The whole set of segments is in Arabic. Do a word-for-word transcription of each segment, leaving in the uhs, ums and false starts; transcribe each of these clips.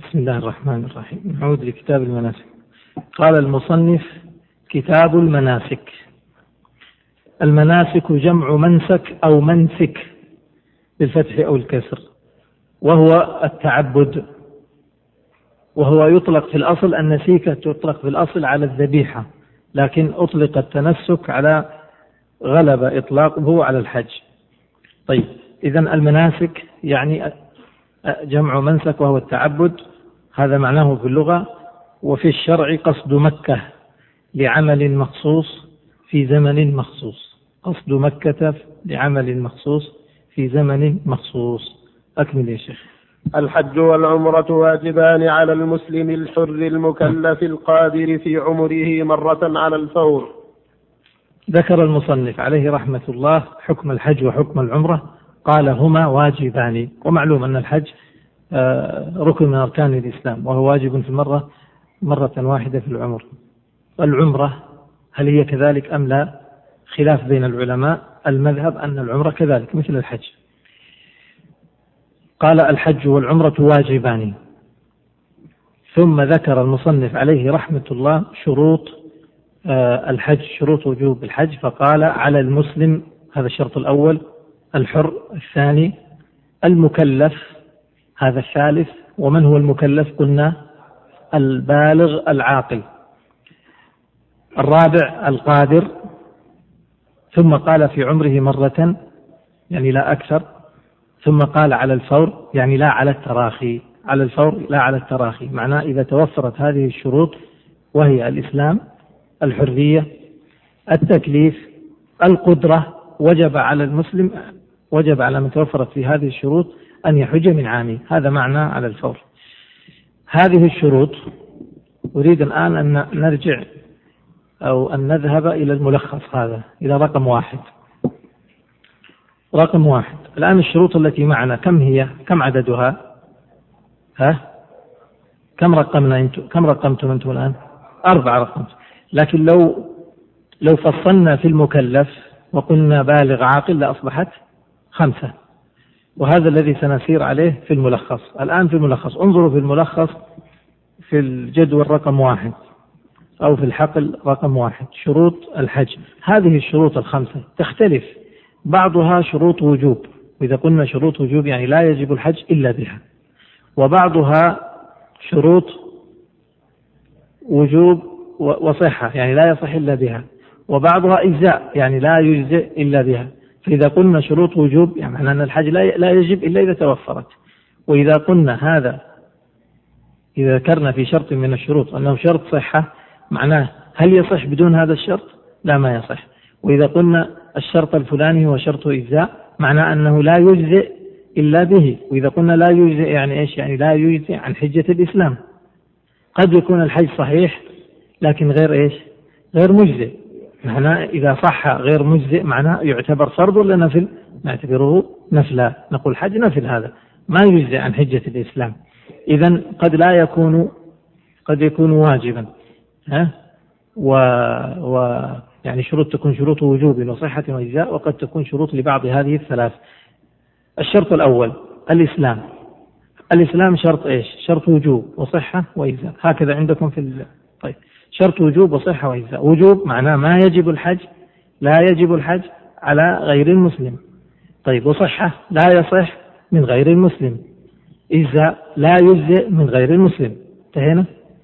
بسم الله الرحمن الرحيم. نعود لكتاب المناسك. قال المصنف: كتاب المناسك. المناسك جمع منسك أو منسك بالفتح أو الكسر، وهو التعبد، وهو يطلق في الأصل النسيكة تطلق في الأصل على الذبيحة، لكن أطلق التنسك على غلب إطلاقه على الحج. طيب، إذن المناسك يعني جمع منسك وهو التعبد، هذا معناه في اللغة. وفي الشرع قصد مكة لعمل مخصوص في زمن مخصوص، قصد مكة لعمل مخصوص في زمن مخصوص. أكمل يا شيخ. الحج والعمرة واجبان على المسلم الحر المكلف القادر في عمره مرة على الفور. ذكر المصنف عليه رحمة الله حكم الحج وحكم العمرة، قال هما واجبان. ومعلوم أن الحج ركن من أركان الإسلام، وهو واجب في المرة مرة واحدة في العمر. العمرة هل هي كذلك أم لا؟ خلاف بين العلماء. المذهب أن العمرة كذلك مثل الحج. قال الحج والعمرة واجبان. ثم ذكر المصنف عليه رحمة الله شروط الحج، شروط وجوب الحج، فقال على المسلم، هذا الشرط الأول، الحر الثاني، المكلف هذا الثالث. ومن هو المكلف؟ قلنا البالغ العاقل. الرابع القادر. ثم قال في عمره مرة يعني لا أكثر. ثم قال على الفور يعني لا على التراخي. على الفور لا على التراخي، معناه إذا توفرت هذه الشروط، وهي الإسلام، الحرية، التكليف، القدرة، وجب على المسلم، وجب على من توفرت في هذه الشروط أن يحج من عامه. هذا معنى على الفور. هذه الشروط أريد الآن أن نرجع أو أن نذهب إلى الملخص، هذا إلى رقم واحد. رقم واحد الآن الشروط التي معنا كم هي؟ كم عددها؟ ها؟ كم رقمنا أنتم؟ كم رقمتم أنتم الآن؟ أربعة رقمت. لكن لو لو فصلنا في المكلف وقلنا بالغ عاقل لأصبحت خمسة. وهذا الذي سنسير عليه في الملخص. الآن في الملخص انظروا في الملخص في الجدول رقم واحد أو في الحقل رقم واحد، شروط الحج. هذه الشروط الخمسة تختلف، بعضها شروط وجوب، وإذا قلنا شروط وجوب يعني لا يجب الحج إلا بها، وبعضها شروط وجوب وصحة يعني لا يصح إلا بها، وبعضها إجزاء يعني لا يجزئ إلا بها. فإذا قلنا شروط وجوب يعني معنى أن الحج لا يجب إلا إذا توفرت. وإذا قلنا هذا، إذا ذكرنا في شرط من الشروط أنه شرط صحة، معناه هل يصح بدون هذا الشرط؟ لا، ما يصح. وإذا قلنا الشرط الفلاني هو شرط إجزاء، معناه أنه لا يجزئ إلا به. وإذا قلنا لا يجزئ يعني إيش؟ يعني لا يجزئ عن حجة الإسلام. قد يكون الحج صحيح لكن غير إيش؟ غير مجزئ. معناه إذا صح غير مجزئ معناه يعتبر فرض ولا نفل؟ نعتبره نفلا، نقول حج نفل، هذا ما يجزئ عن حجة الإسلام. إذن قد لا يكون، قد يكون واجبا، ها و, و يعني شروط تكون شروط وجوب وصحة وإجزاء، وقد تكون شروط لبعض هذه الثلاث. الشرط الأول الإسلام. الإسلام شرط إيش؟ شرط وجوب وصحة وإجزاء، هكذا عندكم في ال... طيب، شرط وجوب وصحة وإجزاء. وجوب معناه ما يجب الحج، لا يجب الحج على غير المسلم. طيب، وصحة لا يصح من غير المسلم. إجزاء لا يجزئ من غير المسلم. انتهينا.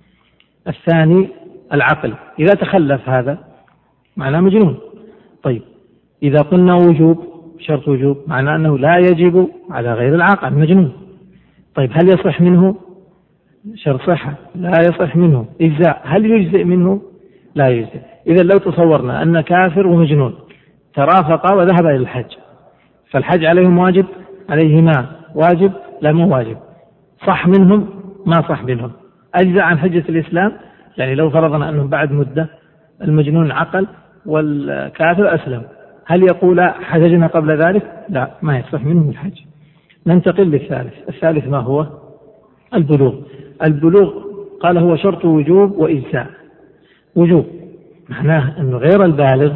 الثاني العقل، إذا تخلف هذا معناه مجنون. طيب، إذا قلنا وجوب شرط وجوب معناه أنه لا يجب على غير العاقل مجنون. طيب، هل يصح منه؟ شرط صحة لا يصح منه. إجزاء هل يجزئ منه؟ لا يجزئ. إذا لو تصورنا أن كافر ومجنون ترافقا وذهب إلى الحج، فالحج عليهم واجب؟ عليهما واجب؟ لا، مو واجب. صح منهم؟ ما صح منهم. أجزأ عن حجة الإسلام؟ يعني لو فرضنا أنهم بعد مدة المجنون عقل والكافر أسلم، هل يقول حججنا قبل ذلك؟ لا، ما يصح منهم الحج. ننتقل للثالث. الثالث ما هو؟ البلوغ. البلوغ قال هو شرط وجوب وإجزاء. وجوب معناه أنه غير البالغ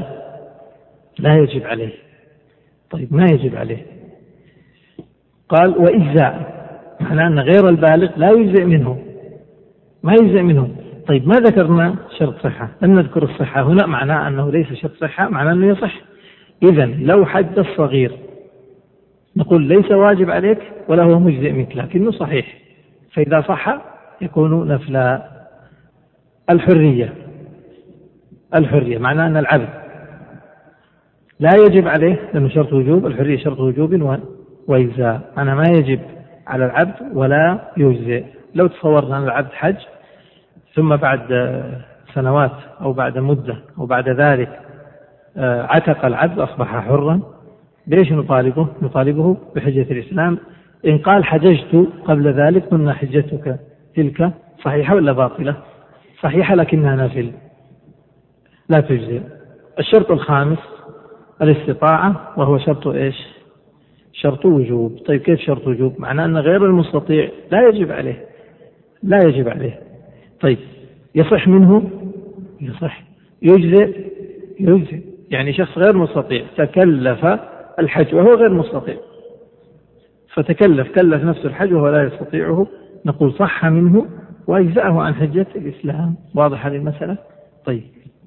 لا يجب عليه. طيب، ما يجب عليه. قال وإجزاء معناه أن غير البالغ لا يجزئ منه، ما يجزئ منه. طيب ما ذكرنا شرط صحة، لم نذكر الصحة هنا، معناه أنه ليس شرط صحة، معناه أنه يصح. إذن لو حج الصغير نقول ليس واجب عليك ولا هو مجزئ منك، لكنه صحيح، فإذا صح يكون نفلا. الحرية، الحرية معناه أن العبد لا يجب عليه، لأنه شرط وجوب، الحرية شرط وجوب وإجزاء، أنا ما يجب على العبد ولا يجزئ. لو تصورنا أن العبد حج ثم بعد سنوات أو بعد مدة أو بعد ذلك عتق العبد أصبح حرا، ليش نطالبه؟ نطالبه بحجة الإسلام. إن قال حججت قبل ذلك قلنا حجتك تلك صحيحة ولا باطلة؟ صحيحة لكنها نافلة لا تجزئ. الشرط الخامس الاستطاعة، وهو شرط إيش؟ شرط وجوب. طيب كيف شرط وجوب؟ معناه أن غير المستطيع لا يجب عليه، لا يجب عليه. طيب يصح منه؟ يصح. يجزئ؟ يجزئ. يعني شخص غير مستطيع تكلف الحج وهو غير مستطيع، فتكلف كلف نفسه الحج وهو لا يستطيعه، نقول صح منه وأجزأه عن حجة الإسلام. واضح هذه المسألة؟ طيب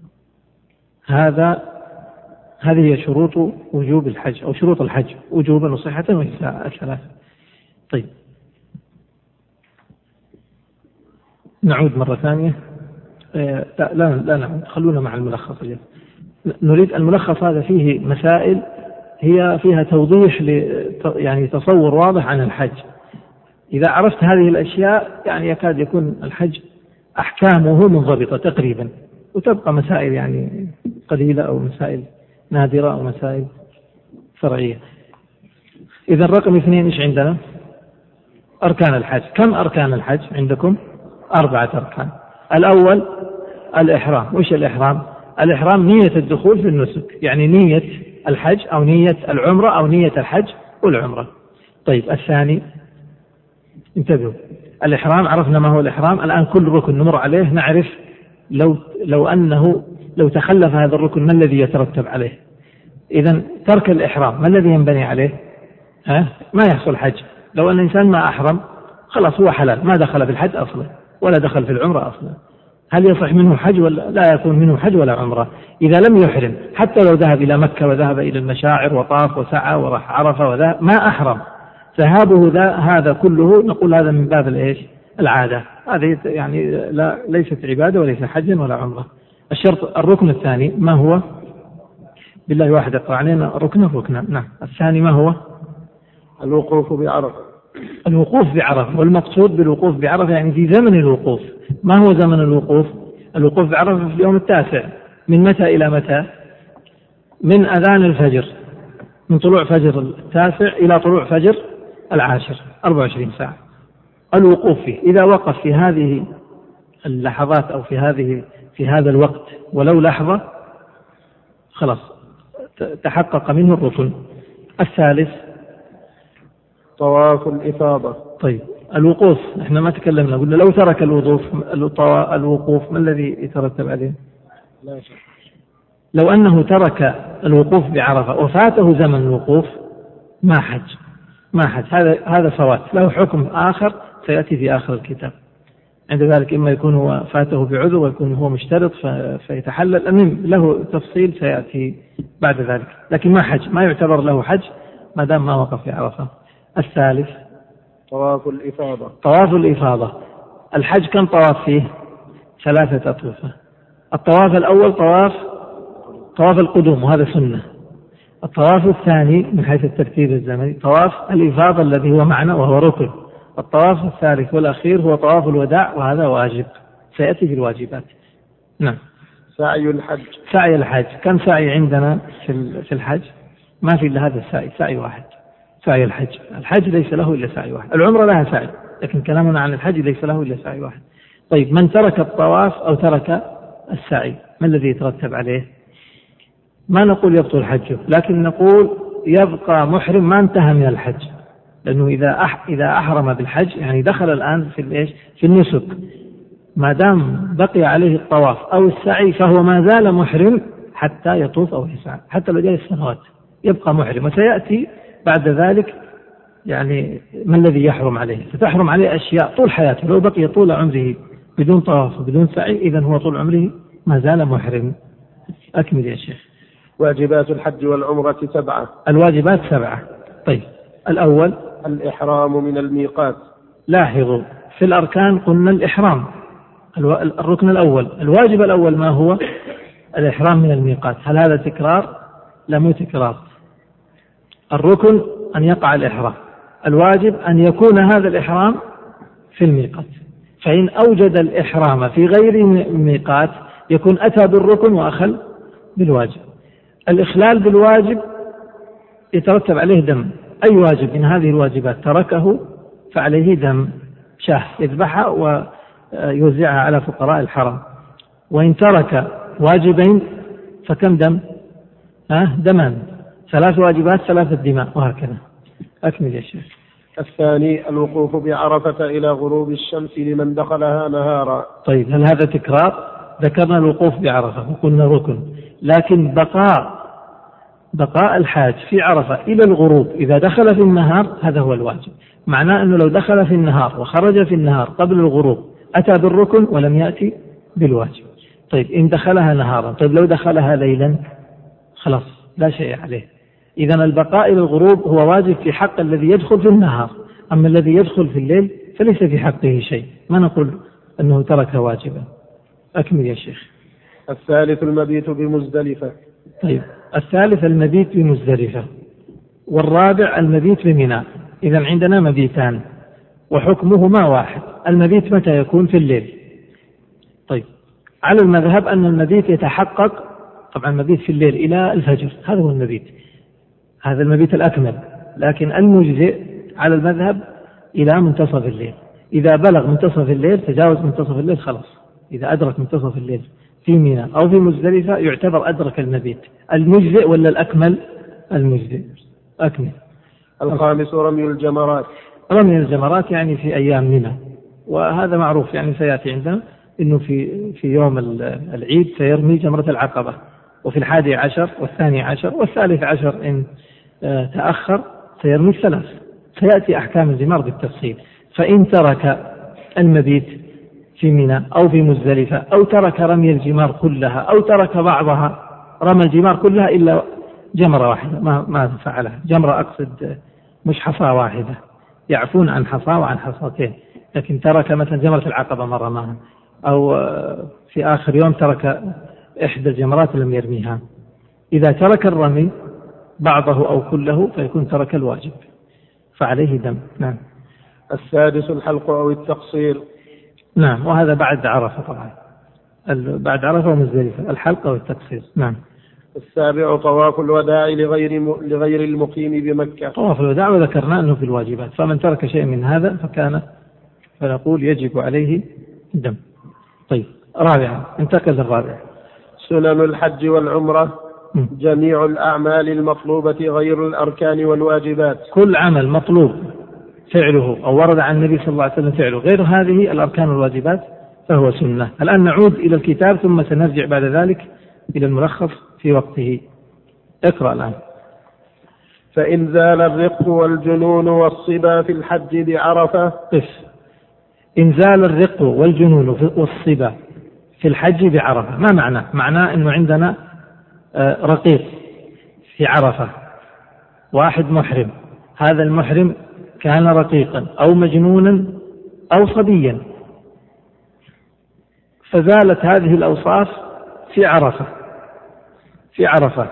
هذا هذه هي شروط وجوب الحج أو شروط الحج وجوبا وصحة وإجزاء الثلاثة. طيب نعود مرة ثانية. لا لا, لا نعود، خلونا مع الملخص اليوم. نريد الملخص هذا فيه مسائل هي فيها توضيح يعني تصور واضح عن الحج. إذا عرفت هذه الأشياء يعني يكاد يكون الحج أحكامه منضبطة تقريبا، وتبقى مسائل يعني قليلة أو مسائل نادرة أو مسائل فرعية. إذا رقم اثنين إيش عندنا؟ أركان الحج. كم أركان الحج عندكم؟ أربعة أركان. الأول الإحرام. وإيش الإحرام؟ الإحرام نية الدخول في النسك، يعني نية الحج أو نية العمرة أو نية الحج والعمرة. طيب الثاني، انتبهوا، الإحرام عرفنا ما هو الإحرام، الآن كل ركن نمر عليه نعرف لو لو أنه لو تخلف هذا الركن ما الذي يترتب عليه. إذن ترك الإحرام ما الذي ينبني عليه؟ ها؟ ما يحصل حج. لو أن الإنسان ما أحرم خلاص هو حلال، ما دخل في الحج أصلا ولا دخل في العمرة أصلا. هل يصح منه حج ولا لا يكون منه حج ولا عمرة؟ إذا لم يحرم حتى لو ذهب إلى مكة وذهب إلى المشاعر وطاف وسعى وراح عرفة وذهب ما أحرم، ذهابه هذا كله نقول هذا من باب الإيش؟ العادة. هذه يعني لا ليست عبادة وليس حجا ولا عمرة. الشرط الركن الثاني ما هو؟ بالله واحد يقرأ علينا ركن ركنا. نعم. الثاني ما هو؟ الوقوف بعرفة. الوقوف بعرفة. والمقصود بالوقوف بعرفة يعني في زمن الوقوف. ما هو زمن الوقوف؟ الوقوف بعرفة في اليوم التاسع. من متى إلى متى؟ من أذان الفجر، من طلوع فجر التاسع إلى طلوع فجر العاشر، أربع وعشرين ساعة الوقوف فيه. إذا وقف في هذه اللحظات أو في هذه في هذا الوقت ولو لحظة خلاص تحقق منه الركن. الثالث طواف الإفاضة. طيب الوقوف احنا ما تكلمنا، قلنا لو ترك الوقوف الوقوف ما الذي يترتب عليه؟ لا شك. لو أنه ترك الوقوف بعرفة وفاته زمن الوقوف ما حج، ما حج. هذا هذا فوات له حكم آخر سيأتي في آخر الكتاب. عند ذلك إما يكون هو فاته بعذر ويكون هو مشترط فيتحلل، المهم له تفصيل سيأتي بعد ذلك، لكن ما حج، ما يعتبر له حج ما دام ما وقف في عرفة. الثالث طواف الإفاضة. طواف الإفاضة. الحج كم طواف فيه؟ ثلاثة أطوفة. الطواف الأول طواف طواف القدوم وهذا سنة. الطواف الثاني من حيث الترتيب الزمني طواف الإفاضة الذي هو معنى وهو ركن. الطواف الثالث والأخير هو طواف الوداع وهذا واجب سيأتي في الواجبات. نعم. سعي الحج. سعي الحج. كم سعي عندنا في الحج؟ ما في إلا هذا السعي، سعي واحد، سعي الحج. الحج ليس له إلا سعي واحد. العمرة لها سعي لكن كلامنا عن الحج ليس له إلا سعي واحد. طيب من ترك الطواف أو ترك السعي ما الذي يترتب عليه؟ ما نقول يبطل حجه، لكن نقول يبقى محرم ما انتهى من الحج، لأنه إذا أح إذا أحرم بالحج يعني دخل الآن في الإيش؟ في النسك، ما دام بقي عليه الطواف أو السعي فهو ما زال محرم حتى يطوف أو يسعى، حتى لو جاء السنوات يبقى محرم. وسيأتي بعد ذلك يعني ما الذي يحرم عليه؟ فتحرم عليه أشياء طول حياته، لو بقي طول عمره بدون طواف وبدون سعي إذا هو طول عمره ما زال محرم. أكمل يا شيخ. واجبات الحج والعمرة سبعة. الواجبات سبعة. طيب الأول الإحرام من الميقات. لاحظوا في الأركان قلنا الإحرام الركن الأول. الواجب الأول ما هو؟ الإحرام من الميقات. هل هذا تكرار؟ لا مو تكرار. الركن أن يقع الإحرام، الواجب أن يكون هذا الإحرام في الميقات. فإن أوجد الإحرام في غير ميقات يكون أتى بالركن وأخل بالواجب. الإخلال بالواجب يترتب عليه دم. أي واجب من هذه الواجبات تركه فعليه دم، شاه يذبحها ويوزعها على فقراء الحرم. وإن ترك واجبين فكم دم؟ ها دمان، ثلاث واجبات ثلاثة دماء، وهكذا. أكمل يا شيخ. الثاني الوقوف بعرفة إلى غروب الشمس لمن دخلها نهارا. طيب هل هذا تكرار؟ ذكرنا الوقوف بعرفة وقلنا ركن، لكن بقاء بقاء الحاج في عرفة إلى الغروب إذا دخل في النهار هذا هو الواجب. معناه أنه لو دخل في النهار وخرج في النهار قبل الغروب أتى بالركن ولم يأتي بالواجب. طيب إن دخلها نهارا، طيب لو دخلها ليلا خلاص لا شيء عليه. إذن البقاء إلى الغروب هو واجب في حق الذي يدخل في النهار، أما الذي يدخل في الليل فليس في حقه شيء، ما نقول أنه ترك واجبا. أكمل يا شيخ. الثالث المبيت بمزدلفة. طيب الثالث المبيت بمزدلفة، والرابع المبيت بمنى. إذن عندنا مبيتان وحكمهما واحد. المبيت متى يكون؟ في الليل. طيب على المذهب أن المبيت يتحقق، طبعا المبيت في الليل إلى الفجر، هذا هو المبيت، هذا المبيت الأكمل. لكن المجزئ على المذهب إلى منتصف الليل. إذا بلغ منتصف الليل تجاوز منتصف الليل خلاص. إذا أدرك منتصف الليل في منى أو في مزدلفة يعتبر أدرك المبيت. المجزئ ولا الأكمل؟ المجزئ. أكمل. الخامس رمي الجمرات. رمي الجمرات يعني في أيام منى، وهذا معروف يعني سيأتي عندنا إنه في في يوم العيد سيرمي جمرة العقبة، وفي الحادي عشر والثاني عشر والثالث عشر إن تأخر سيرمي الثلاث. سيأتي أحكام الجمار بالتفصيل. فإن ترك المبيت في منى أو في مزدلفة أو ترك رمي الجمار كلها أو ترك بعضها، رمى الجمار كلها إلا جمرة واحدة ما ما فعلها، جمرة أقصد مش حصاة واحدة، يعفون عن حصاة وعن حصاتين. لكن ترك مثلا جمرة العقبة مرة معها، أو في آخر يوم ترك إحدى الجمرات لم يرميها. إذا ترك الرمي بعضه أو كله فيكون ترك الواجب فعليه دم. نعم. السادس الحلق أو التقصير. نعم، وهذا بعد عرفة طبعا، بعد عرفة ومزدلفة الحلق أو التقصير. نعم. السابع طواف الوداع لغير لغير المقيم بمكة. طواف الوداع وذكرنا أنه في الواجبات، فمن ترك شيء من هذا فكان فنقول يجب عليه الدم. طيب رابعا، انتقل للرابع. سنن الحج والعمرة. م. جميع الأعمال المطلوبة غير الأركان والواجبات. كل عمل مطلوب فعله أو ورد عن النبي صلى الله عليه وسلم فعله غير هذه الأركان والواجبات فهو سنة. الآن نعود إلى الكتاب ثم سنرجع بعد ذلك إلى الملخص في وقته. اقرأ الآن. فإن زال الرق والجنون والصبا في الحج بعرفة. قف. إن زال الرق والجنون والصبا في الحج بعرفة، ما معنى؟ معناه أنه عندنا رقيق في عرفة، واحد محرم، هذا المحرم كان رقيقا أو مجنونا أو صبيا، فزالت هذه الأوصاف في عرفة في عرفة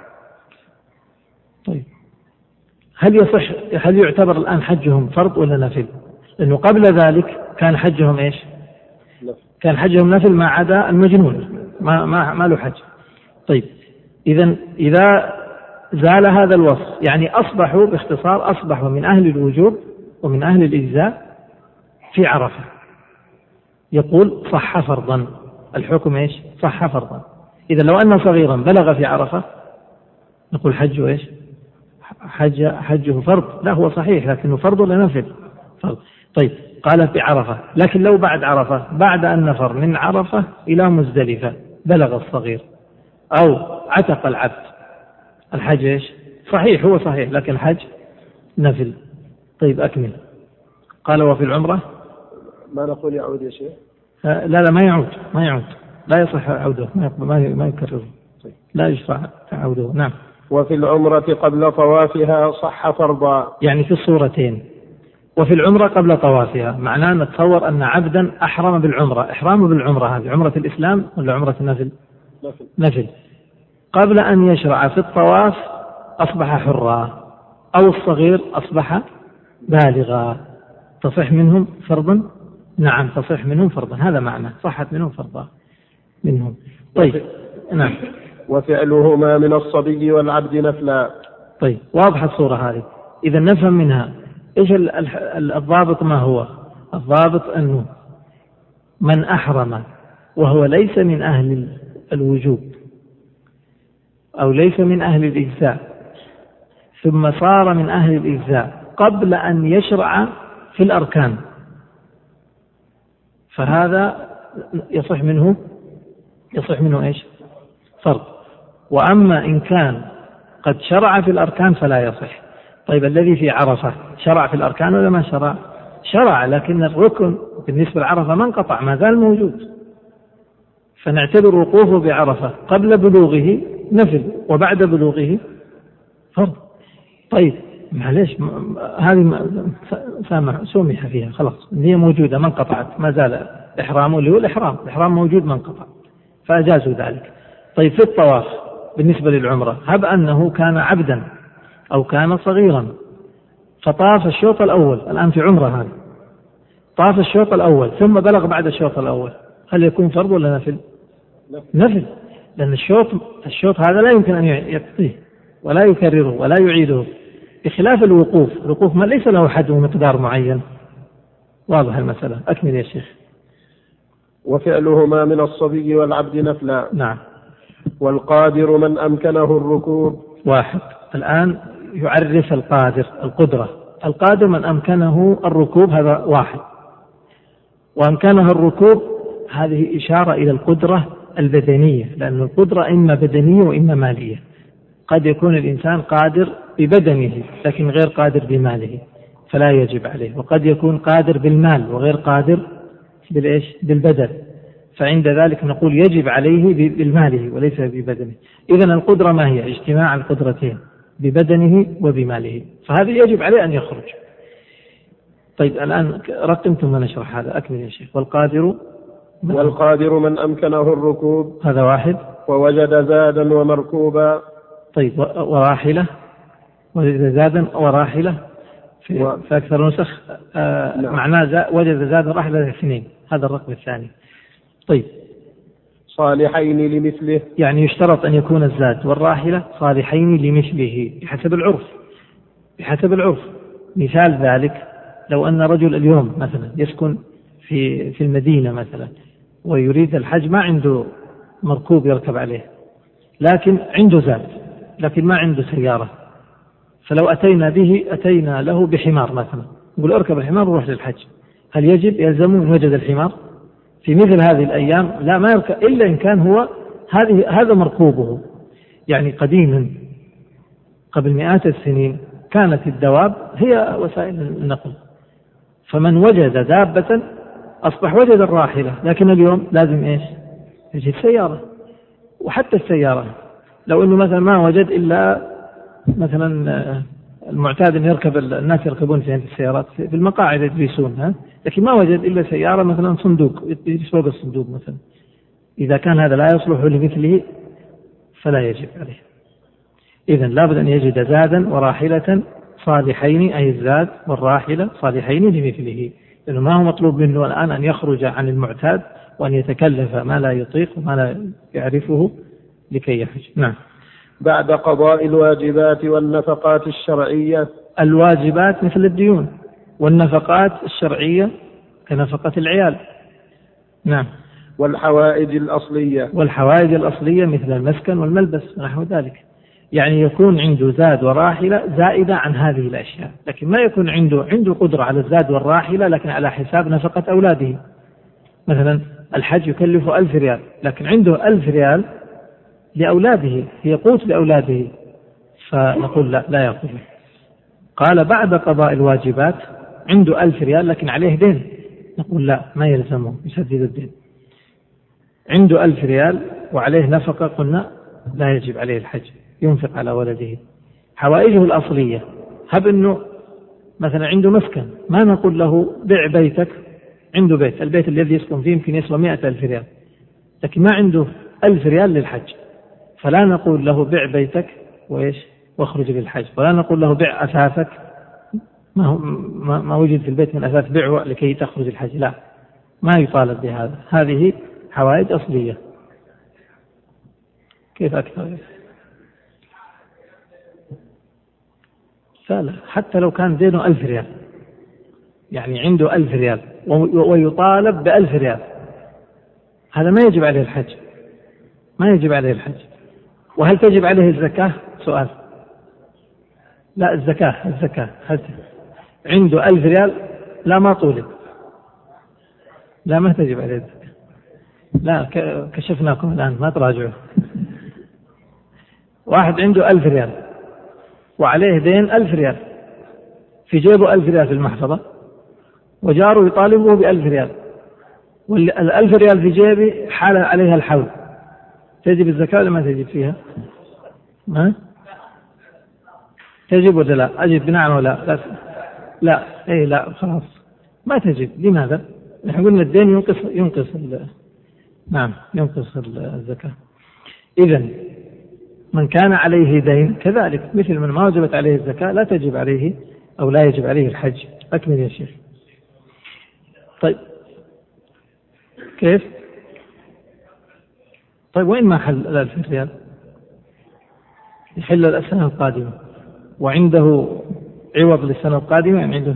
طيب هل يصح هل يعتبر الآن حجهم فرض ولا نفل؟ لأنه قبل ذلك كان حجهم إيش؟ كان حجهم نفل ما عدا المجنون، ما ما ما له حج. طيب إذن إذا زال هذا الوصف يعني أصبحوا باختصار أصبحوا من أهل الوجوب ومن أهل الإجزاء في عرفة. يقول صح فرضا، الحكم إيش؟ صح فرضا. إذا لو أن صغيرا بلغ في عرفة نقول حجه إيش؟ حج حجه فرض. لا هو صحيح لكنه فرض ولا نفل؟ فرض. طيب قال في عرفة، لكن لو بعد عرفة بعد أن نفر من عرفة إلى مزدلفة بلغ الصغير أو عتق العبد، الحج إيش؟ صحيح هو صحيح لكن حج نفل. طيب أكمل. قال وفي العمرة ما نقول يعود يا شيخ؟ لا لا ما يعود ما يعود لا يصح عوده ما ما يكرره لا يشرع عوده. نعم. وفي العمرة قبل طوافها صح فرضا، يعني في الصورتين. وفي العمرة قبل طوافها معناه نتصور أن عبدا أحرم بالعمرة، إحرامه بالعمرة هذه عمرة الإسلام ولا عمرة النفل؟ نفل. نفل. قبل أن يشرع في الطواف أصبح حرا، أو الصغير أصبح بالغا، تصح منهم فرضا؟ نعم تصح منهم فرضا، هذا معنى صحت منهم فرضا منهم. طيب نعم. وفعلهما من الصبي والعبد نفلا. طيب واضحة الصورة هذه. إذا نفهم منها إيش الضابط؟ ما هو الضابط؟ أنه من أحرم وهو ليس من أهل الوجوب أو ليس من أهل الإجزاء ثم صار من أهل الإجزاء قبل أن يشرع في الأركان، فهذا يصح منه يصح منه إيش؟ فرض. وأما إن كان قد شرع في الأركان فلا يصح. طيب الذي في عرفة شرع في الأركان ولا ما شرع؟ شرع، لكن الركن بالنسبة لعرفة ما انقطع، ما زال موجود، فنعتبر وقوفه بعرفة قبل بلوغه نفل وبعد بلوغه فرض. طيب معليش هذه سامح سمح فيها خلاص، هي موجودة ما انقطعت، ما زال إحرامه اللي هو الإحرام الإحرام موجود ما انقطع، فأجازوا ذلك. طيب في الطواف بالنسبة للعمرة هب أنه كان عبدا أو كان صغيرا فطاف الشوط الأول، الآن في عمرة هذا طاف الشوط الأول ثم بلغ بعد الشوط الأول، هل يكون فرض ولا نفل؟ نفل، لأن الشوط الشوط هذا لا يمكن أن يقضيه ولا يكرره ولا يعيده، بخلاف الوقوف. الوقوف ما ليس له حد ومقدار معين. واضح المسألة. أكمل يا شيخ. وفعلهما من الصبي والعبد نفلا. نعم. والقادر من أمكنه الركوب. واحد. الآن يعرف القادر القدرة. القادر من أمكنه الركوب، هذا واحد. وأمكنه الركوب هذه إشارة إلى القدرة البدنية، لأن القدرة إما بدنية وإما مالية. قد يكون الإنسان قادر ببدنه لكن غير قادر بماله فلا يجب عليه، وقد يكون قادر بالمال وغير قادر بالإيش؟ بالبدن، فعند ذلك نقول يجب عليه بالماله وليس ببدنه. إذن القدرة ما هي؟ اجتماع القدرتين ببدنه وبماله، فهذا يجب عليه أن يخرج. طيب الآن رقم ثم نشرح هذا. أكمل يا شيخ. والقادر والقادر من أمكنه الركوب، هذا واحد. ووجد زادا ومركوبا. طيب وراحلة، وجد زادا وراحلة في, و... في أكثر نسخ آه نعم. معناه وجد زادا راحلة اثنين، هذا الرقم الثاني. طيب صالحين لمثله، يعني يشترط أن يكون الزاد والراحلة صالحين لمثله بحسب العرف بحسب العرف. مثال ذلك لو أن رجل اليوم مثلا يسكن في في المدينة مثلا ويريد الحج، ما عنده مركوب يركب عليه لكن عنده زاد لكن ما عنده سيارة، فلو أتينا به أتينا له بحمار مثلا، نقول اركب الحمار وروح للحج، هل يجب يلزمه إن وجد الحمار؟ في مثل هذه الأيام لا، ما يركب إلا إن كان هو هذه هذا مركوبه. يعني قديما قبل مئات السنين كانت الدواب هي وسائل النقل، فمن وجد دابة أصبح وجد الراحلة، لكن اليوم لازم إيش؟ يجد سيارة. وحتى السيارة لو أنه مثلا ما وجد إلا مثلا المعتاد أن يركب الناس يركبون في السيارات في المقاعد يجلسون، ها، لكن ما وجد إلا سيارة مثلا صندوق يجلس فوق الصندوق مثلا، إذا كان هذا لا يصلح لمثله فلا يجب عليه. إذن لابد أن يجد زادا وراحلة صالحين، أي الزاد والراحلة صالحين لمثله، لأنه ما هو مطلوب منه الآن أن يخرج عن المعتاد وأن يتكلف ما لا يطيق وما لا يعرفه لكي يحج. نعم. بعد قضاء الواجبات والنفقات الشرعية. الواجبات مثل الديون، والنفقات الشرعية كنفقة العيال. نعم. والحوائج الأصلية. والحوائج الأصلية مثل المسكن والملبس ونحو ذلك. يعني يكون عنده زاد وراحلة زائدة عن هذه الأشياء، لكن ما يكون عنده عنده قدرة على الزاد والراحلة لكن على حساب نفقة أولاده. مثلا الحج يكلف ألف ريال لكن عنده ألف ريال لأولاده، هي قوت لأولاده، فنقول لا لا يأخذ. قال بعد قضاء الواجبات عنده ألف ريال لكن عليه دين، نقول لا، ما يلزمه يسدد الدين. عنده ألف ريال وعليه نفقة، قلنا لا يجب عليه الحج، ينفق على ولده. حوائجه الأصلية، هب أنه مثلا عنده مسكن، ما نقول له بيع بيتك، عنده بيت، البيت الذي يسكن فيه يمكن يسوى مئة ألف ريال، لكن ما عنده ألف ريال للحج، فلا نقول له بيع بيتك وإيش واخرج للحج، ولا نقول له بيع أثاثك، ما, هو ما, ما وجد في البيت من أثاث بيعه لكي تخرج الحج، لا، ما يطالب بهذا. هذه حوائج أصلية. كيف أكثر؟ لا، حتى لو كان دينه ألف ريال، يعني عنده ألف ريال ويطالب بألف ريال، هذا ما يجب عليه الحج، ما يجب عليه الحج. وهل تجب عليه الزكاة؟ سؤال. لا، الزكاة الزكاة هل عنده ألف ريال؟ لا، ما طولب، لا، ما تجب عليه الزكاة. لا، كشفناكم الآن، ما تراجعوا. واحد عنده ألف ريال وعليه دين ألف ريال، في جيبه ألف ريال في المحفظة، وجاره يطالبه بألف ريال، والألف ريال في جيبي حال عليها الحول، تجب الزكاة ولا ما تجب فيها؟ ما تجب ولا لا؟ أجب بنعم ولا لا؟ لا، إيه لا، خلاص ما تجب. لماذا؟ نحن قلنا الدين ينقص ينقص نعم ينقص الزكاة. إذن من كان عليه دين كذلك، مثل من ما وجبت عليه الزكاة لا تجب عليه أو لا يجب عليه الحج. أكمل يا شيخ. طيب كيف؟ طيب وين ما حل الألف ريال؟ يحل السنة القادمة وعنده عوض للسنة القادمة، يعني عنده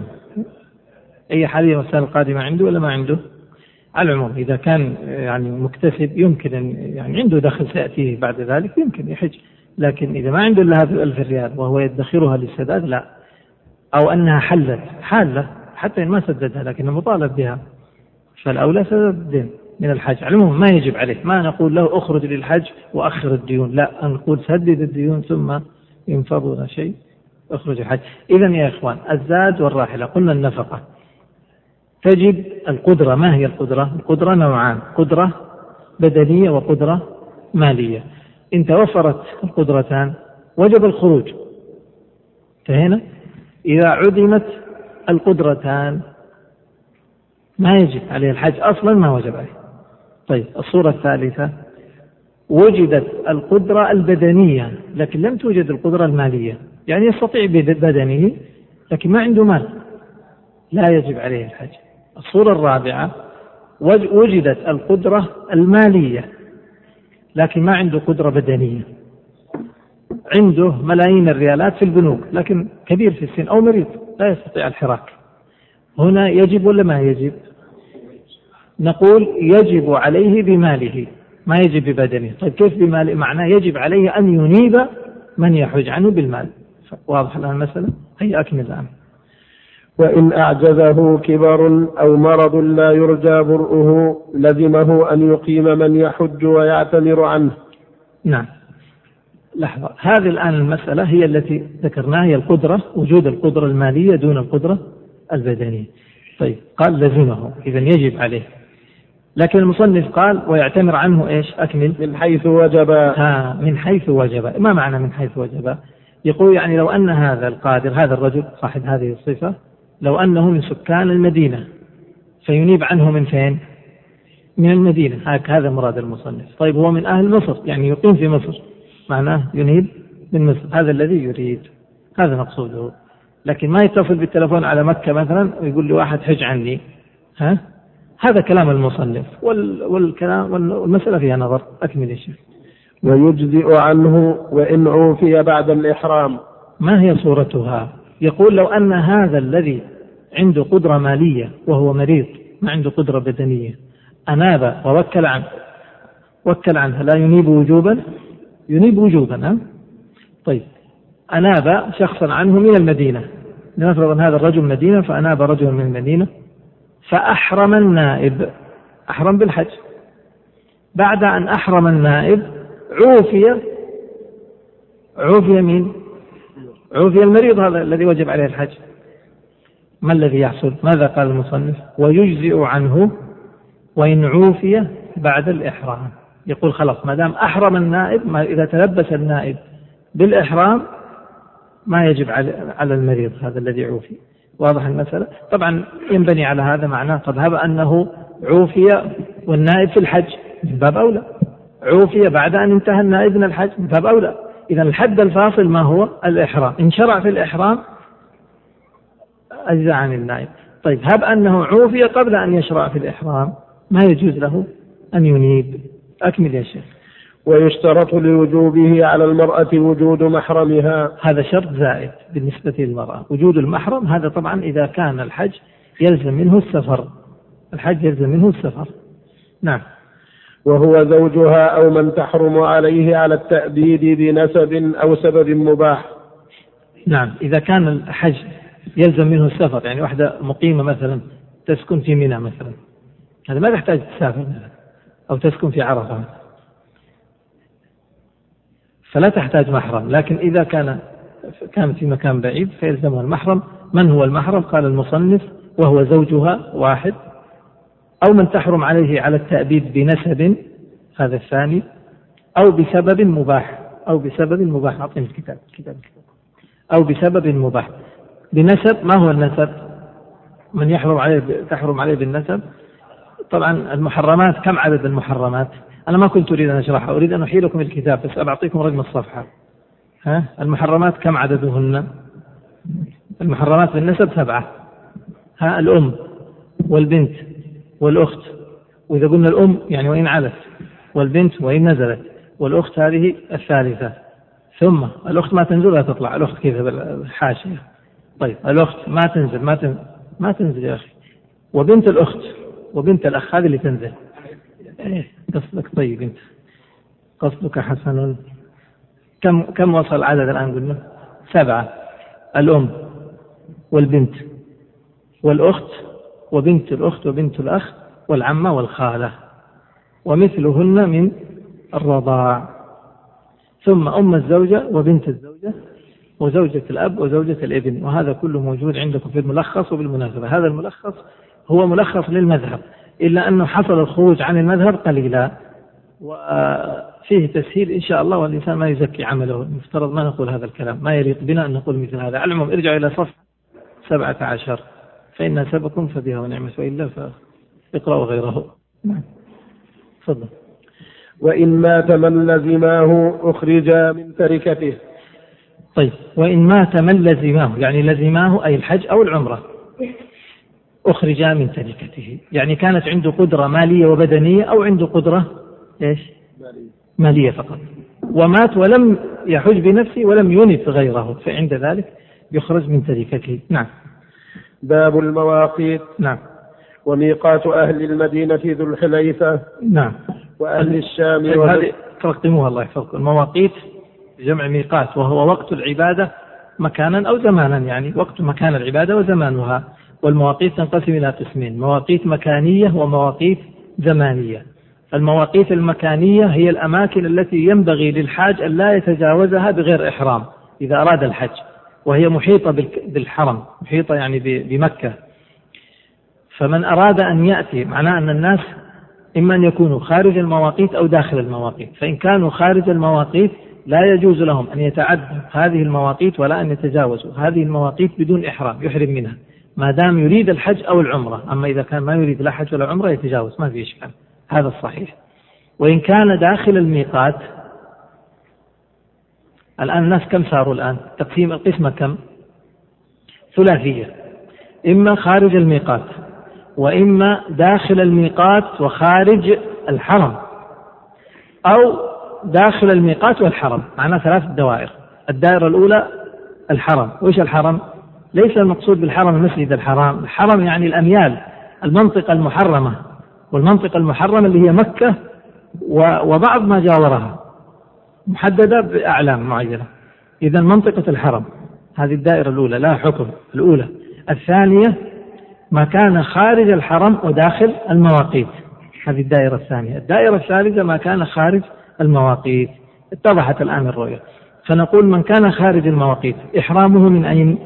أي حالية السنة القادمة عنده ولا ما عنده؟ على العموم إذا كان يعني مكتسب يمكن أن يعني عنده دخل سيأتيه بعد ذلك يمكن يحج، لكن إذا ما عنده إلا هذه الألف ريال وهو يدخرها للسداد لا، أو أنها حلت حالة حتى إن ما سددها لكن مطالب بها، فالأولى سدد الدين من الحج. على العموم ما يجب عليه، ما نقول له أخرج للحج وأخر الديون، لا، نقول سدد الديون ثم ينفضنا شيء أخرج الحج. إذن يا إخوان الزاد والراحلة، قلنا النفقة تجب. القدرة، ما هي القدرة؟ القدرة نوعان، قدرة بدنية وقدرة مالية. إن توفرت القدرتان وجب الخروج، فهنا إذا عدمت القدرتان ما يجب عليه الحج أصلا، ما وجب عليه. طيب الصورة الثالثة، وجدت القدرة البدنية لكن لم توجد القدرة المالية، يعني يستطيع ببدنه لكن ما عنده مال، لا يجب عليه الحج. الصورة الرابعة، وجدت القدرة المالية لكن ما عنده قدرة بدنية، عنده ملايين الريالات في البنوك لكن كبير في السن أو مريض لا يستطيع الحراك، هنا يجب ولا ما يجب؟ نقول يجب عليه بماله، ما يجب ببدنه. طيب كيف بماله؟ معناه يجب عليه أن ينيب من يحج عنه بالمال. واضح الآن المسألة؟ هي أكمل الآن. وإن أعجزه كبر أو مرض لا يرجى برؤه لزمه أن يقيم من يحج ويعتمر عنه. نعم، لحظة، هذه الآن المسألة هي التي ذكرناها، هي القدرة، وجود القدرة المالية دون القدرة البدنية. طيب قال لزمه، إذن يجب عليه، لكن المصنف قال ويعتمر عنه إيش؟ أكمل. من حيث وجب. ها، من حيث وجب. ما معنى من حيث وجب؟ يقول يعني لو أن هذا القادر، هذا الرجل صاحب هذه الصفة، لو أنه من سكان المدينة فينيب عنه من فين؟ من المدينة، هذا مراد المصنف. طيب هو من أهل مصر، يعني يقيم في مصر، معناه ينيب من مصر، هذا الذي يريد، هذا مقصوده. لكن ما يتصل بالتلفون على مكة مثلا ويقول لي واحد حج عني، ها؟ هذا كلام المصنف، والكلام والمسألة فيها نظر. أكمل يا شيخ. ويجزئ عنه وإن عوفي بعد الإحرام. ما هي صورتها؟ يقول لو أن هذا الذي عنده قدرة مالية وهو مريض ما عنده قدرة بدنية أناب ووكل عنه، وكل عنه لا ينيب وجوبا؟ ينيب وجوبا. ها؟ طيب أناب شخصا عنه من المدينة، لنفرض أن هذا الرجل مدينة، فأناب رجل من المدينة فأحرم النائب، أحرم بالحج، بعد أن أحرم النائب عوفي، عوفي مين؟ عوفي المريض هذا الذي وجب عليه الحج، ما الذي يحصل؟ ماذا قال المصنف؟ ويجزئ عنه وإن عوفي بعد الإحرام. يقول خلاص ما دام أحرم النائب، ما إذا تلبس النائب بالإحرام ما يجب على المريض هذا الذي عوفي. واضح المسألة؟ طبعا ينبني على هذا معناه قد هب أنه عوفي والنائب في الحج من باب أولى، عوفي بعد أن انتهى النائب من الحج من باب أولى. إذا الحد الفاصل ما هو؟ الإحرام. إن شرع في الإحرام أجزاء عن النائب. طيب هب أنه عوفي قبل أن يشرع في الإحرام، ما يجوز له أن ينيب. أكمل يا شيخ. ويشترط لوجوبه على المرأة وجود محرمها. هذا شرط زائد بالنسبة للمرأة، وجود المحرم. هذا طبعا إذا كان الحج يلزم منه السفر، الحج يلزم منه السفر. نعم. وهو زوجها أو من تحرم عليه على التأبيد بنسب أو سبب مباح. نعم، إذا كان الحج يلزم منه السفر، يعني واحدة مقيمة مثلا تسكن في منى مثلا، هذا ما تحتاج تسافر مثلا، أو تسكن في عرفة مثلا، فلا تحتاج محرم. لكن إذا كان كانت في مكان بعيد فيلزمها المحرم. من هو المحرم؟ قال المصنف وهو زوجها واحد، أو من تحرم عليه على التأبيد بنسب، هذا الثاني، أو بسبب مباح، أو بسبب مباح. أعطيني الكتاب الكتاب أو بسبب مباح. بنسب، ما هو النسب؟ من يحرم عليه تحرم عليه بالنسب. طبعا المحرمات، كم عدد المحرمات؟ أنا ما كنت أريد أن أشرحها، أريد أن أحيلكم الكتاب بس أعطيكم رقم الصفحة. ها المحرمات كم عددهن؟ المحرمات بالنسب سبعة. ها الأم والبنت والأخت، وإذا قلنا الأم يعني وإن علت، والبنت وإن نزلت، والأخت هذه الثالثة. ثم الأخت ما تنزل لا تطلع، الأخت كذا بالحاشية. طيب الأخت ما تنزل ما تنزل ما تنزل يا أخي. وبنت الأخت وبنت الأخ هذه اللي تنزل. إيه قصدك؟ طيب أنت قصدك حسن. كم كم وصل العدد الآن؟ قلنا سبعة. الأم والبنت والأخت وبنت الأخت وبنت الأخ والعمة والخالة، ومثلهن من الرضاع. ثم أم الزوجة وبنت الزوجة وزوجة الأب وزوجة الابن. وهذا كله موجود عندكم في الملخص. وبالمناسبة هذا الملخص هو ملخص للمذهب، إلا أنه حصل الخروج عن المذهب قليلا، وفيه تسهيل إن شاء الله، والإنسان ما يزكي عمله. المفترض ما نقول هذا الكلام، ما يليق بنا أن نقول مثل هذا. على العموم ارجعوا إلى صفحة سبعة عشر، فإن سبكم فبها ونعمة، وإلا فاقرأوا غيره. نعم تفضل. وإن مات من لزماه أخرجا من تركته. طيب وإن مات من لزماه، يعني لزماه أي الحج أو العمرة، أخرجا من تركته، يعني كانت عنده قدرة مالية وبدنية، أو عنده قدرة إيش؟ مالية. مالية فقط، ومات ولم يحج بنفسه ولم ينف غيره، فعند ذلك يخرج من تركته. نعم. باب المواقيت. نعم. وميقات أهل المدينة ذو الحليفة. نعم. وأهل الشام. هذه ترقموها الله يحفظكم. المواقيت جمع ميقات، وهو وقت العبادة مكانا أو زمانا، يعني وقت مكان العبادة وزمانها. والمواقيت تنقسم إلى قسمين: مواقيت مكانية ومواقيت زمانية. المواقيت المكانية هي الأماكن التي ينبغي للحاج أن لا يتجاوزها بغير إحرام إذا أراد الحج، وهي محيطة بالحرم، محيطة يعني بمكة. فمن أراد أن يأتي، معناه أن الناس إما أن يكونوا خارج المواقيت أو داخل المواقيت. فإن كانوا خارج المواقيت لا يجوز لهم أن يتعدوا هذه المواقيت ولا أن يتجاوزوا هذه المواقيت بدون إحرام، يحرم منها ما دام يريد الحج أو العمرة. أما إذا كان ما يريد لا حج ولا عمرة يتجاوز، ما في إشكال، هذا الصحيح. وإن كان داخل الميقات، الآن الناس كم صاروا الآن؟ تقسيم القسمة كم؟ ثلاثية: إما خارج الميقات، وإما داخل الميقات وخارج الحرم، أو داخل الميقات والحرم. معناه ثلاث دوائر. الدائرة الأولى الحرم. وإيش الحرم؟ ليس المقصود بالحرم المسجد الحرام، الحرم يعني الأميال، المنطقة المحرمة، والمنطقة المحرمة اللي هي مكة وبعض ما جاورها، محددة بأعلام معينة. إذا منطقة الحرم هذه الدائرة الأولى لا حكم. الأولى. الثانية ما كان خارج الحرم وداخل المواقيت، هذه الدائرة الثانية. الدائرة الثالثة ما كان خارج المواقيت. اتضحت الآن الرؤية. فنقول من كان خارج المواقيت إحرامه من أين؟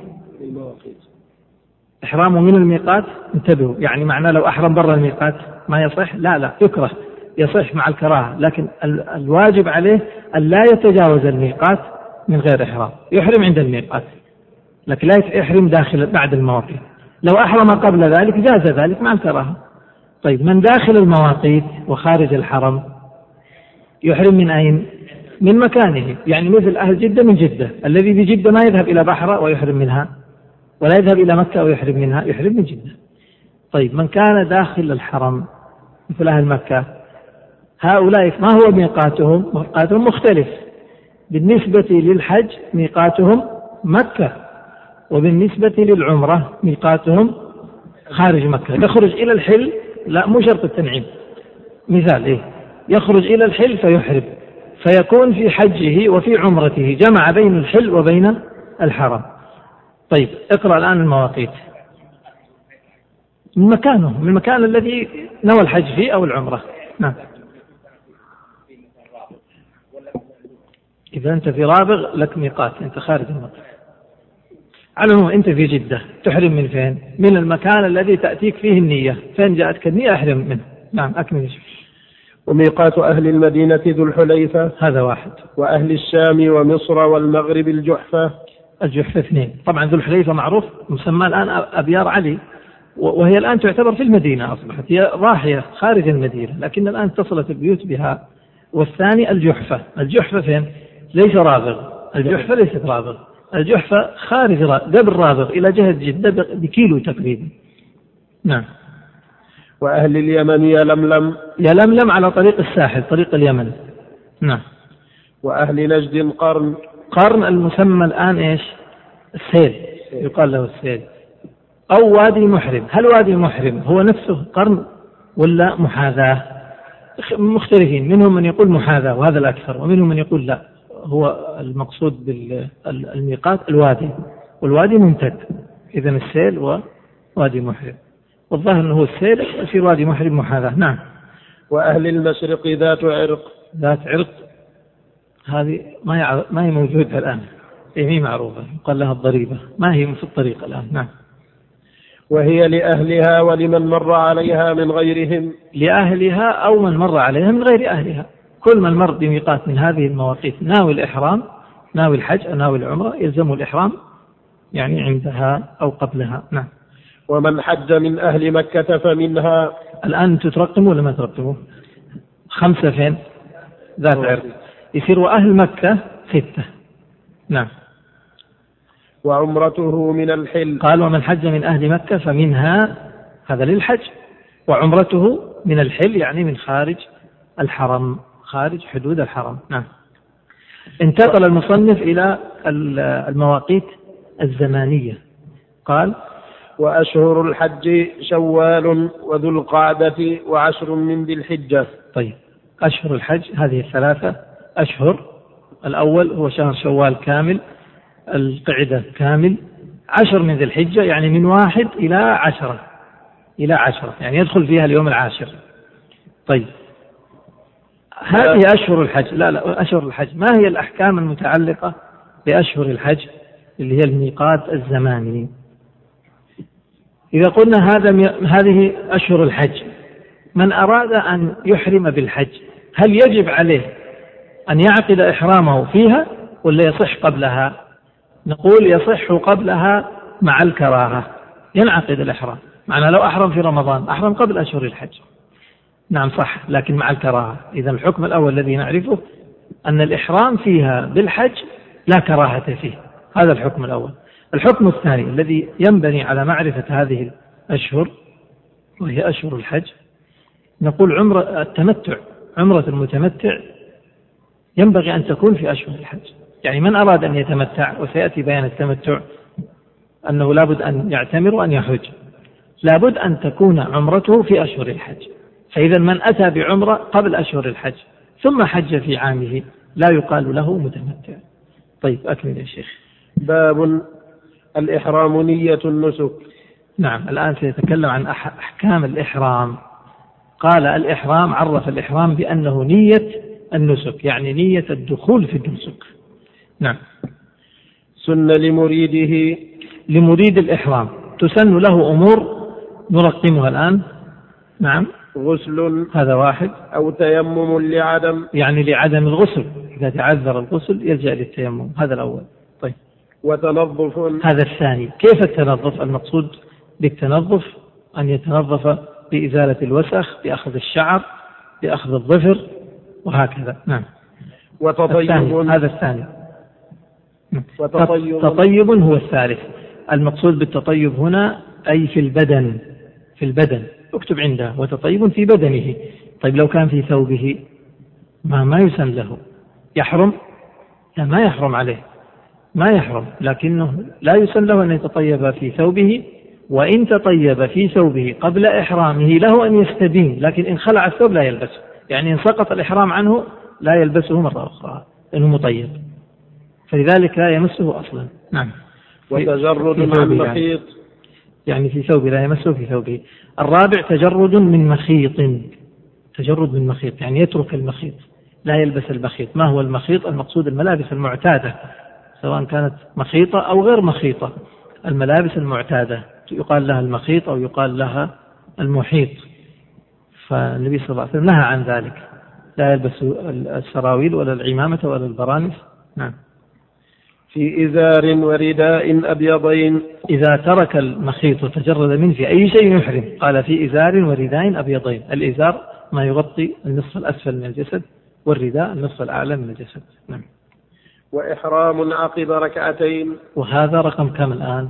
إحرامه من الميقات. انتبهوا، يعني معناه لو أحرم برا الميقات ما يصح؟ لا لا، يكره، يصح مع الكراهة، لكن الواجب عليه أن لا يتجاوز الميقات من غير إحرام. يحرم عند الميقات لكن لا يحرم داخل بعد المواقيت. لو أحرم قبل ذلك جاز ذلك مع الكراهة. طيب من داخل المواقيت وخارج الحرم يحرم من أين؟ من مكانه، يعني مثل أهل جدة من جدة، الذي في جدة ما يذهب إلى بحرة ويحرم منها، ولا يذهب إلى مكة ويحرم منها، يحرم من جدة. طيب من كان داخل الحرم مثل أهل مكة، هؤلاء ما هو ميقاتهم؟ ميقاتهم مختلف. بالنسبة للحج ميقاتهم مكة، وبالنسبة للعمرة ميقاتهم خارج مكة. يخرج إلى الحل، لا مو شرط التنعيم، مثال إيه؟ يخرج إلى الحل فيحرم، فيكون في حجه وفي عمرته جمع بين الحل وبين الحرم. طيب اقرأ الآن المواقيت من مكانه، من المكان الذي نوى الحج فيه أو العمرة. نعم. إذا أنت في رابغ لك ميقات، أنت خارج المكة. على العموم أنت في جدة تحرم من فين؟ من المكان الذي تأتيك فيه النية، فإن جاءتك النية أحرم منه. نعم أكمل. وميقات أهل المدينة ذو الحليفة، هذا واحد. وأهل الشام ومصر والمغرب الجحفة. الجحفة اثنين. طبعا ذو الحليفة معروف مسمى الآن أبيار علي، وهي الآن تعتبر في المدينة، أصبحت هي راحية خارج المدينة، لكن الآن اتصلت البيوت بها. والثاني الجحفة. الجحفة فين؟ ليس رابغ، الجحفة ليست رابغ، الجحفة خارج رابغ، قبل رابغ إلى جهة جدة بكيلو تقريبا. نعم. وأهل اليمن يلملم. يلملم على طريق الساحل، طريق اليمن. نعم. وأهل نجد قرن. قرن المسمى الآن إيش؟ السيل، يقال له السيل أو وادي محرم. هل وادي محرم هو نفسه قرن ولا محاذاة؟ مختلفين، منهم من يقول محاذاة وهذا الأكثر، ومنهم من يقول لا، هو المقصود بالميقات الوادي، والوادي ممتد، إذن السيل ووادي محرم، والظاهر أنه هو السيل يصير وادي محرم محاذاة. نعم. وأهل المشرق ذات عرق. ذات عرق هذه ما هي ما هي موجودة الآن، هي معروفة، قال لها الضريبة، ما هي في الطريق الآن. نعم. وهي لأهلها ولمن مر عليها من غيرهم. لأهلها أو من مر عليها من غير أهلها، كل من مر بميقات من هذه المواقيت ناوي الإحرام، ناوي الحج أو ناوي العمرة، يلزم الإحرام يعني عندها أو قبلها. نعم. ومن حج من أهل مكة فمنها. الآن تترقموا ولا ما ترقموا؟ خمسة فين؟ ذات عرق، يصير وأهل مكة ستة. نعم. وعمرته من الحل. قال ومن حج من أهل مكة فمنها، هذا للحج، وعمرته من الحل يعني من خارج الحرم، خارج حدود الحرم. نعم. انتقل المصنف إلى المواقيت الزمانية، قال وأشهر الحج شوال وذو القعدة وعشر من ذي الحجة. طيب أشهر الحج هذه الثلاثة أشهر، الأول هو شهر شوال كامل، القعدة كامل، عشر من ذي الحجة يعني من واحد إلى عشرة، إلى عشرة يعني يدخل فيها اليوم العاشر. طيب هذه أشهر الحج. لا لا أشهر الحج ما هي الأحكام المتعلقة بأشهر الحج اللي هي الميقات الزماني؟ إذا قلنا هذا هذه أشهر الحج، من أراد أن يحرم بالحج هل يجب عليه أن يعقد إحرامه فيها ولا يصح قبلها؟ نقول يصح قبلها مع الكراهة، ينعقد الإحرام. معنا لو أحرم في رمضان أحرم قبل أشهر الحج، نعم صح، لكن مع الكراهة. إذا الحكم الأول الذي نعرفه أن الإحرام فيها بالحج لا كراهة فيه، هذا الحكم الأول. الحكم الثاني الذي ينبني على معرفة هذه الأشهر وهي أشهر الحج، نقول عمرة التمتع، عمرة المتمتع ينبغي أن تكون في أشهر الحج. يعني من أراد أن يتمتع، وسيأتي بيان التمتع أنه لابد أن يعتمر وأن يحج، لابد أن تكون عمرته في أشهر الحج. فإذا من أتى بعمرة قبل أشهر الحج ثم حج في عامه لا يقال له متمتع. طيب أكمل يا شيخ. باب الإحرام نية النسك. نعم الآن سيتكلم عن أحكام الإحرام. قال الإحرام، عرف الإحرام بأنه نية النسك، يعني نية الدخول في النسك. نعم. سن لمريده لمريد الإحرام تسن له أمور نرقمها الآن. نعم. غسل هذا واحد، أو تيمم لعدم يعني لعدم الغسل، إذا تعذر الغسل يلجأ للتيمم، هذا الأول. طيب. وتنظف، هذا الثاني. كيف التنظف؟ المقصود بالتنظف أن يتنظف بإزالة الوسخ، بأخذ الشعر، بأخذ الظفر، وهكذا. نعم. وتطيب، هذا الثاني. وتطيب تطيب هو الثالث. المقصود بالتطيب هنا أي في البدن، في البدن اكتب عنده وتطيب في بدنه. طيب لو كان في ثوبه ما ما يسن له، يحرم؟ لا، ما يحرم عليه، ما يحرم، لكنه لا يسن له أن يتطيب في ثوبه. وإن تطيب في ثوبه قبل إحرامه له أن يستدين، لكن إن خلع الثوب لا يلبسه، يعني إن سقط الإحرام عنه لا يلبسه مرة أخرى لأنه مطيب، فلذلك لا يمسه أصلا. نعم. وتجرد عن مخيط، يعني في ثوبه لا يمسه في ثوبه. الرابع تجرد من مخيط، تجرد من مخيط يعني يترك المخيط، لا يلبس المخيط. ما هو المخيط؟ المقصود الملابس المعتادة، سواء كانت مخيطة أو غير مخيطة، الملابس المعتادة يقال لها المخيط أو يقال لها المحيط. فالنبي صلى الله عليه وسلم نهى عن ذلك، لا يلبس السراويل ولا العمامة ولا البرانس. نعم. في إزار ورداء أبيضين، إذا ترك المخيط وتجرد منه في أي شيء يحرم. قال في إزار ورداء أبيضين. الإزار ما يغطي النصف الأسفل من الجسد، والرداء النصف الأعلى من الجسد. نعم. وإحرام عقب ركعتين، وهذا رقم كم الآن؟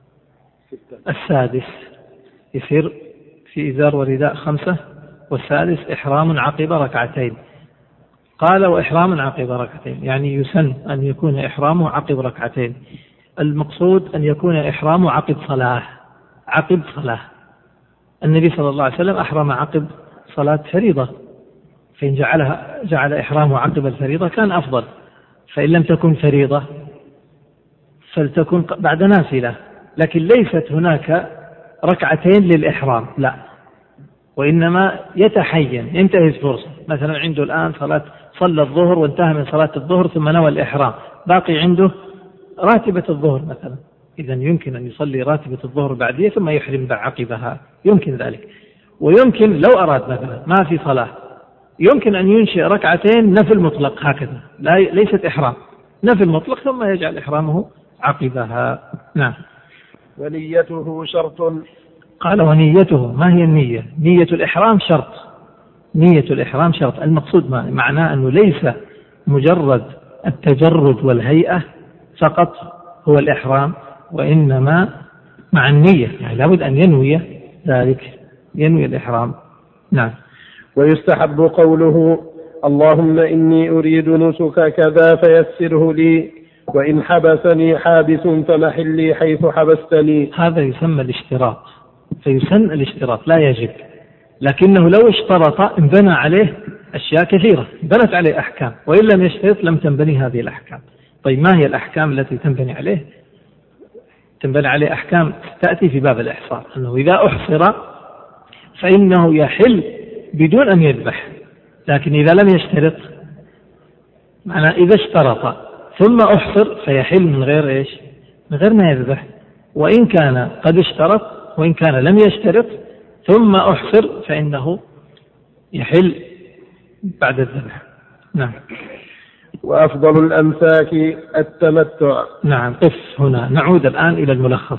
السادس. يصير في إزار ورداء خمسة، والثالث إحرام عقب ركعتين. قال وإحرام عقب ركعتين، يعني يسن أن يكون إحرامه عقب ركعتين. المقصود أن يكون إحرامه عقب صلاة، عقب صلاة. النبي صلى الله عليه وسلم أحرم عقب صلاة فريضة، فإن جعلها جعل إحرامه عقب الفريضة كان أفضل. فإن لم تكن فريضة فلتكن بعد نافلة، لكن ليست هناك ركعتين للإحرام، لا، وإنما يتحين، ينتهز فرصة. مثلا عنده الآن صلاة، صلى الظهر وانتهى من صلاة الظهر ثم نوى الإحرام، باقي عنده راتبة الظهر مثلا، إذا يمكن أن يصلي راتبة الظهر بعدية ثم يحرم عقبها، يمكن ذلك. ويمكن لو أراد مثلا ما في صلاة، يمكن أن ينشئ ركعتين نفل مطلق هكذا، لا ليست إحرام، نفل مطلق، ثم يجعل إحرامه عقبها. نعم. ونيته شرط. قال ونيته، ما هي النية؟ نية الإحرام شرط، نية الإحرام شرط. المقصود معناه أنه ليس مجرد التجرد والهيئة فقط هو الإحرام، وإنما مع النية، يعني لابد أن ينوي ذلك، ينوي الإحرام. نعم. ويستحب قوله اللهم إني أريد نسك كذا فيسره لي، وإن حبسني حابس فمحلي حيث حبستني. هذا يسمى الاشتراط، فيسن الاشتراط، لا يجب، لكنه لو اشترط انبنى عليه أشياء كثيرة، بنت عليه أحكام، وإن لم يشترط لم تنبني هذه الأحكام. طيب ما هي الأحكام التي تنبني عليه؟ تنبني عليه أحكام تأتي في باب الإحصار، أنه إذا أحصر فإنه يحل بدون أن يذبح، لكن إذا لم يشترط، معنى إذا اشترط ثم أحصر فيحل من غير إيش؟ من غير ما يذبح. وإن كان قد اشترط وإن كان لم يشترط ثم أحصر فإنه يحل بعد الذبح. نعم. وأفضل الأمساك التمتع. نعم. قف هنا، نعود الآن إلى الملخص.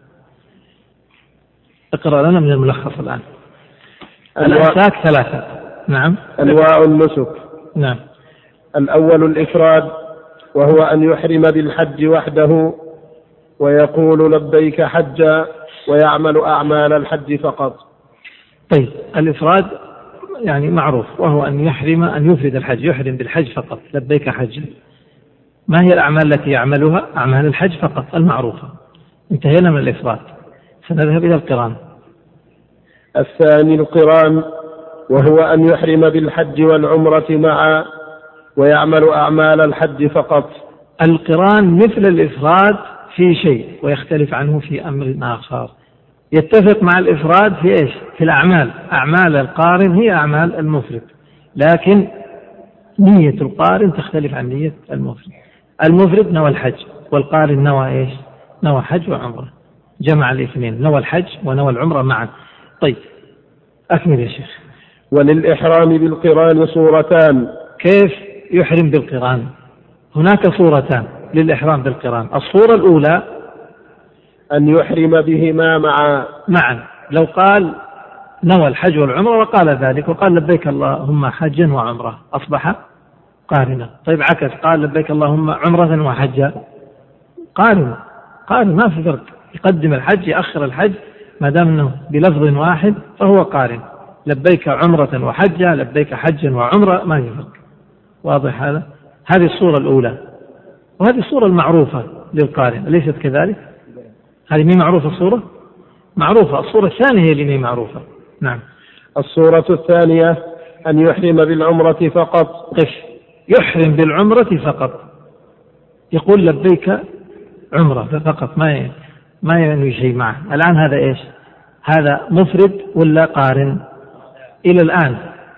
اقرأ لنا من الملخص الآن. الأمساك ثلاثة. نعم. أنواع النسك. نعم. الأول الإفراد، وهو أن يحرم بالحج وحده ويقول لبيك حجا ويعمل أعمال الحج فقط. طيب الإفراد يعني معروف، وهو أن يحرم أن يفرد الحج، يحرم بالحج فقط، لبيك حجا. ما هي الأعمال التي يعملها؟ أعمال الحج فقط المعروفة. انتهينا من الإفراد، سنذهب إلى القران. الثاني القران، وهو أن يحرم بالحج والعمرة معا ويعمل أعمال الحج فقط. القران مثل الإفراد في شيء ويختلف عنه في أمر آخر. يتفق مع الإفراد في إيش؟ في الأعمال. أعمال القارن هي أعمال المفرد، لكن نية القارن تختلف عن نية المفرد. المفرد نوى الحج والقارن نوى إيش؟ نوى حج وعمرة، جمع الاثنين، نوى الحج ونوى العمرة معا. طيب أكمل يا شيخ. وللإحرام بالقران صورتان. كيف يحرم بالقران؟ هناك صورتان للإحرام بالقران. الصورة الأولى أن يحرم بهما معا معا، لو قال نوى الحج والعمرة وقال ذلك وقال لبيك اللهم حجا وعمرة أصبح قارنا. طيب عكس، قال لبيك اللهم عمرة وحجا، قارن قارن ما في فرق، يقدم الحج يأخر الحج ما دام انه بلفظ واحد فهو قارن. لبيك عمرة وحجا، لبيك حجا وعمرة، ما يفرق. واضح هذا؟ هذه الصورة الأولى، وهذه الصورة المعروفة للقارن، أليست كذلك؟ هذه مين معروفة الصورة؟ معروفة. الصورة الثانية هي اللي مين معروفة. نعم. الصورة الثانية أن يحرم بالعمرة فقط. قف، يحرم بالعمرة فقط، يقول لبيك عمرة فقط، ما ما ينوي شيء معه. الآن هذا إيش؟ هذا مفرد ولا قارن؟ إلى الآن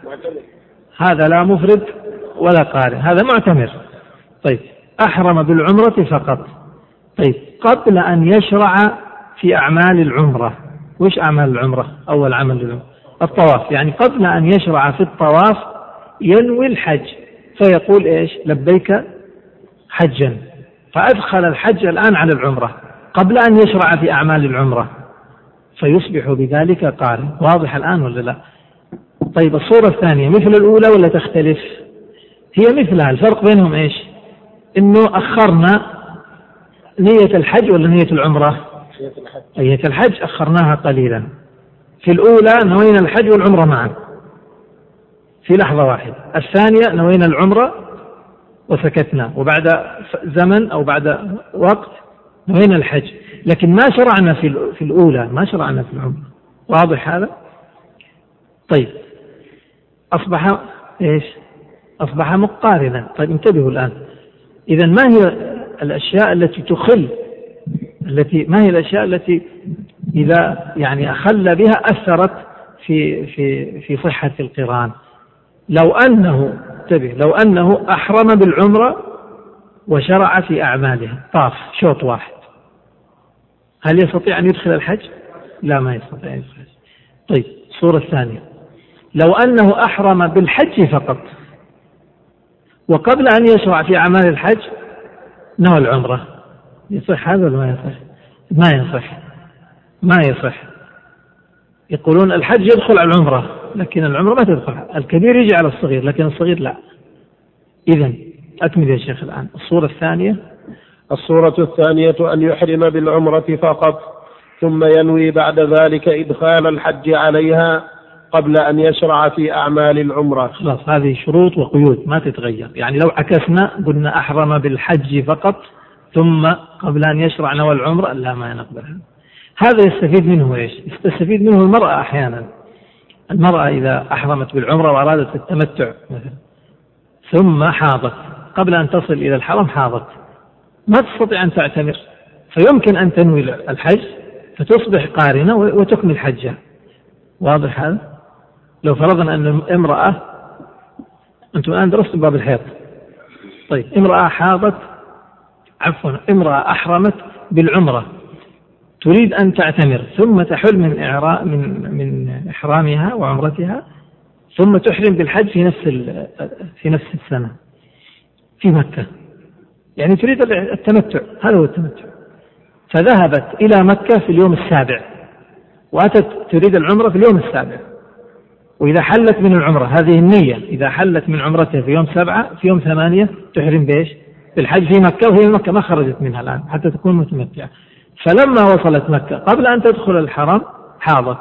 هذا لا مفرد ولا قارن، هذا معتمر. طيب أحرم بالعمرة فقط. طيب قبل أن يشرع في أعمال العمرة، وش أعمال العمرة؟ أول عمل العمرة الطواف، يعني قبل أن يشرع في الطواف ينوي الحج فيقول إيش؟ لبيك حجا، فأدخل الحج الآن على العمرة قبل أن يشرع في أعمال العمرة فيصبح بذلك قارن. واضح الآن ولا لا؟ طيب الصورة الثانية مثل الأولى ولا تختلف؟ هي مثلها، الفرق بينهم إيش؟ إنه أخرنا نية الحج ولا نية العمرة؟ نية الحج أخرناها قليلا. في الأولى نوينا الحج والعمرة معا في لحظة واحدة، الثانية نوينا العمرة وسكتنا، وبعد زمن أو بعد وقت نوينا الحج، لكن ما شرعنا في في الأولى، ما شرعنا في العمرة. واضح هذا؟ طيب أصبح إيش؟ أصبح مقارنا. طيب انتبهوا الآن، إذن ما هي الأشياء التي تخل، التي ما هي الأشياء التي إذا يعني أخل بها أثرت في في في صحة القران؟ لو أنه انتبه، لو أنه أحرم بالعمرة وشرع في أعمالها، طاف شوط واحد، هل يستطيع أن يدخل الحج؟ لا، ما يستطيع أن يدخل الحج. طيب الصورة الثانية، لو أنه أحرم بالحج فقط وقبل أن يشرع في أعمال الحج نوى العمرة، يصح هذا ولا ما يصح؟ ما يصح، ما يصح. يقولون الحج يدخل على العمرة لكن العمرة ما تدخل، الكبير يجي على الصغير لكن الصغير لا. إذن أكمل يا شيخ الآن. الصورة الثانية، الصورة الثانية أن يحرم بالعمرة فقط ثم ينوي بعد ذلك إدخال الحج عليها قبل أن يشرع في أعمال العمرة. خلاص هذه شروط وقيود ما تتغير. يعني لو عكسنا قلنا أحرم بالحج فقط ثم قبل أن يشرع نوى العمرة، لا ما نقبلها. هذا يستفيد منه إيش؟ يستفيد منه المرأة أحيانا. المرأة إذا أحرمت بالعمرة وأرادت التمتع مثلا ثم حاضت، قبل أن تصل إلى الحرم حاضت، ما تستطيع أن تعتمر، فيمكن أن تنوي الحج فتصبح قارنة وتكمل حجها. واضح هذا؟ لو فرضنا أن امرأة، أنتم الآن درستم باب الحيض، طيب امرأة حاضت، عفوا امرأة أحرمت بالعمرة تريد أن تعتمر ثم تحل من إعراء من من إحرامها وعمرتها ثم تحرم بالحج في نفس في نفس السنة في مكة، يعني تريد التمتع، هذا هو التمتع، فذهبت إلى مكة في اليوم السابع وأتت تريد العمرة في اليوم السابع، وإذا حلت من العمرة هذه النية، إذا حلت من عمرتها في يوم سبعة في يوم ثمانية تحرم بإيش؟ بالحج في مكة، وهي مكة ما خرجت منها الآن حتى تكون متمتعة. فلما وصلت مكة قبل أن تدخل الحرم حاضت،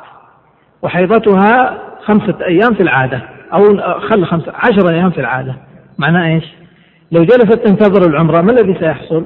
وحيضتها خمسة أيام في العادة أو خل خمسة عشر أيام في العادة. معناه إيش؟ لو جلست تنتظر العمرة ما الذي سيحصل؟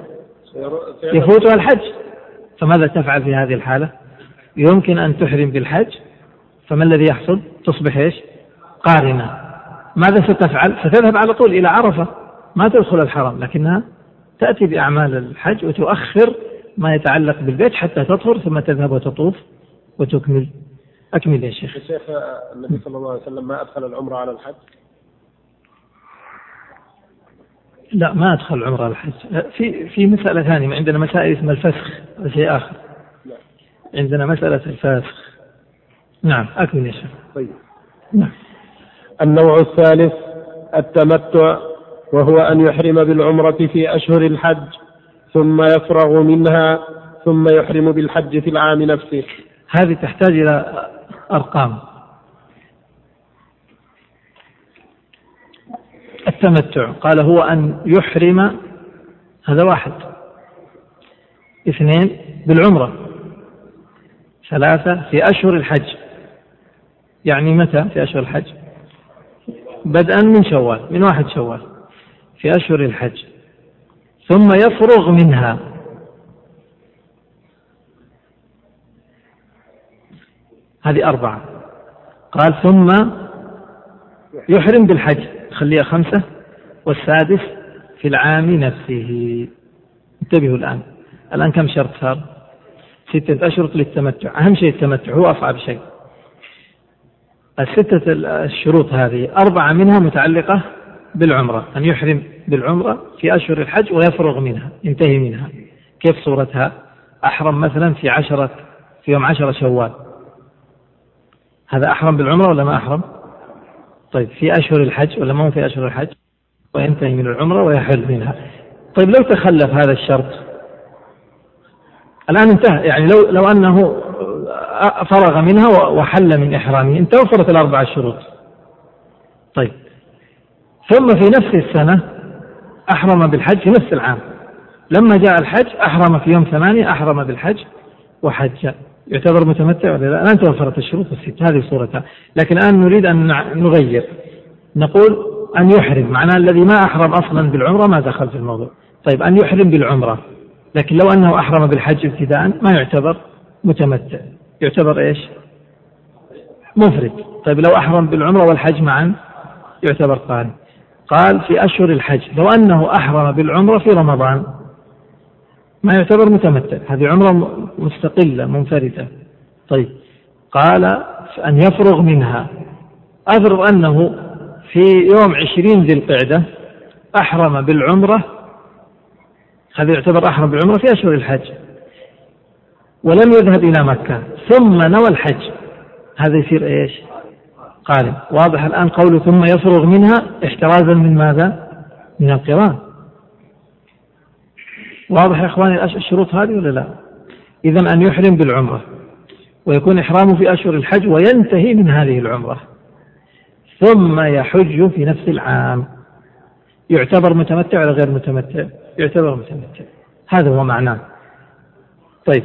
يفوتها الحج. فماذا تفعل في هذه الحالة؟ يمكن أن تحرم بالحج، فما الذي يحصل؟ تصبح إيش؟ قارنة. ماذا ستفعل؟ ستذهب على طول إلى عرفة، ما تدخل الحرم، لكنها تأتي بأعمال الحج وتؤخر ما يتعلق بالبيت حتى تطهر ثم تذهب وتطوف وتكمل. أكمل يا شيخ. الشيخ النبي صلى الله عليه وسلم ما أدخل العمرة على الحج؟ لا ما أدخل العمرة على الحج. في في مسألة ثانية، عندنا مسائل اسمها الفسخ، هذا شيء آخر. عندنا مسألة الفسخ. نعم أكمل يا شيخ. طيب. نعم. النوع الثالث التمتع، وهو أن يحرم بالعمرة في أشهر الحج ثم يفرغ منها ثم يحرم بالحج في العام نفسه. هذه تحتاج إلى أرقام. التمتع قال هو أن يحرم، هذا واحد. اثنين بالعمرة. ثلاثة في أشهر الحج، يعني متى في أشهر الحج؟ بدءا من شوال، من واحد شوال في أشهر الحج، ثم يفرغ منها. هذه أربعة. قال ثم يحرم بالحج، خليها خمسة، والسادس في العام نفسه. انتبهوا الآن، الآن كم شرط صار؟ ستة أشرط للتمتع. أهم شيء التمتع، هو أصعب شيء. الستة الشروط هذه أربعة منها متعلقة بالعمرة، أن يحرم بالعمرة في أشهر الحج ويفرغ منها، ينتهي منها. كيف صورتها؟ أحرم مثلا في عشرة في يوم عشرة شوال، هذا أحرم بالعمرة ولا ما أحرم؟ طيب في أشهر الحج ولا ما هو في أشهر الحج؟ وينتهي من العمرة ويحل منها. طيب لو تخلف هذا الشرط الآن انتهى، يعني لو لو أنه فرغ منها وحل من إحرامه، انتوفرت الأربع شروط. طيب ثم في نفس السنة أحرم بالحج في نفس العام، لما جاء الحج أحرم في يوم ثمانية، أحرم بالحج وحج، يعتبر متمتع ولا لا؟ الآن توفرت الشروط الست، هذه صورتها. لكن الآن نريد أن نغير، نقول أن يحرم، معناه الذي ما أحرم أصلا بالعمرة ما دخل في الموضوع. طيب أن يحرم بالعمرة، لكن لو أنه أحرم بالحج ابتداء ما يعتبر متمتع، يعتبر إيش؟ مفرد. طيب لو أحرم بالعمرة والحج معا يعتبر قارن. قال في أشهر الحج، لو أنه أحرم بالعمرة في رمضان ما يعتبر متمتع، هذه عمرة مستقلة منفردة. طيب قال أن يفرغ منها، أفرض أنه في يوم عشرين ذي القعدة أحرم بالعمرة، هذا يعتبر أحرم بالعمرة في أشهر الحج، ولم يذهب إلى مكة ثم نوى الحج، هذا يصير إيش؟ قارن. واضح الآن قوله ثم يفرغ منها احترازا من ماذا؟ من القران. واضح يا إخواني الشروط هذه ولا لا؟ إذن أن يحرم بالعمرة ويكون إحرامه في أشهر الحج وينتهي من هذه العمرة، ثم يحج في نفس العام، يعتبر متمتع ولا غير متمتع؟ يعتبر متمتع. هذا هو معناه. طيب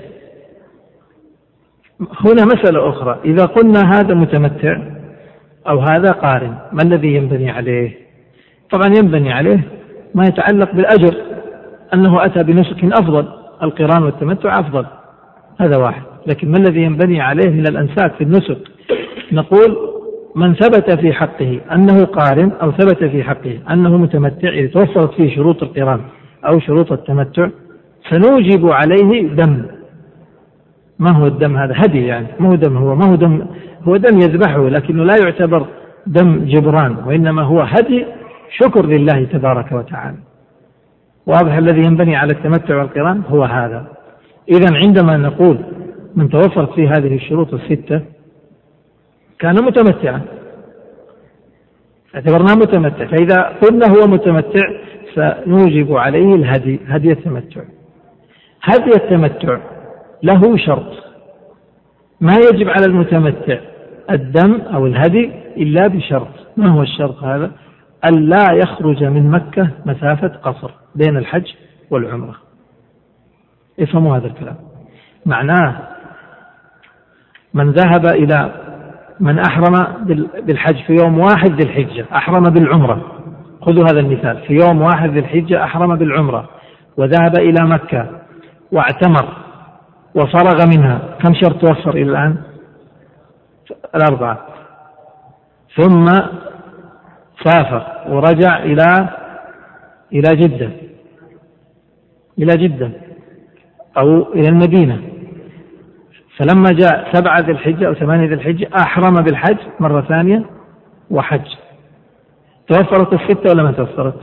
هنا مسألة أخرى، إذا قلنا هذا متمتع أو هذا قارن، ما الذي ينبني عليه؟ طبعا ينبني عليه ما يتعلق بالأجر، أنه أتى بنسك أفضل، القران والتمتع أفضل، هذا واحد. لكن ما الذي ينبني عليه من الأنساك في النسك؟ نقول من ثبت في حقه أنه قارن أو ثبت في حقه أنه متمتع، إذا توفرت فيه شروط القران أو شروط التمتع، سنوجب عليه دم. ما هو الدم هذا؟ هدي، يعني ما هو دم، هو ما هو دم، هو دم يذبحه، لكنه لا يعتبر دم جبران، وإنما هو هدي شكر لله تبارك وتعالى. واضح الذي ينبني على التمتع والقران هو هذا. إذن عندما نقول من توفرت فيه هذه الشروط الستة كان متمتعا، اعتبرناه متمتع، فإذا قلنا هو متمتع سنوجب عليه الهدي، هدي التمتع. هدي التمتع له شرط، ما يجب على المتمتع الدم أو الهدي إلا بشرط. ما هو الشرط هذا؟ أن لا يخرج من مكة مسافة قصر بين الحج والعمرة. افهموا هذا الكلام، معناه من ذهب إلى من أحرم بالحج في يوم واحد ذي الحجة، أحرم بالعمرة، خذوا هذا المثال، في يوم واحد ذي الحجة أحرم بالعمرة وذهب إلى مكة واعتمر وفرغ منها، كم شرط توفر إلى الآن؟ الأربعة. ثم سافر ورجع إلى إلى جدة إلى جدة أو إلى المدينة، فلما جاء سبعة ذي الحجة أو ثمانية ذي الحجة أحرم بالحج مرة ثانية وحج. توفرت الستة ولا ما توفرت؟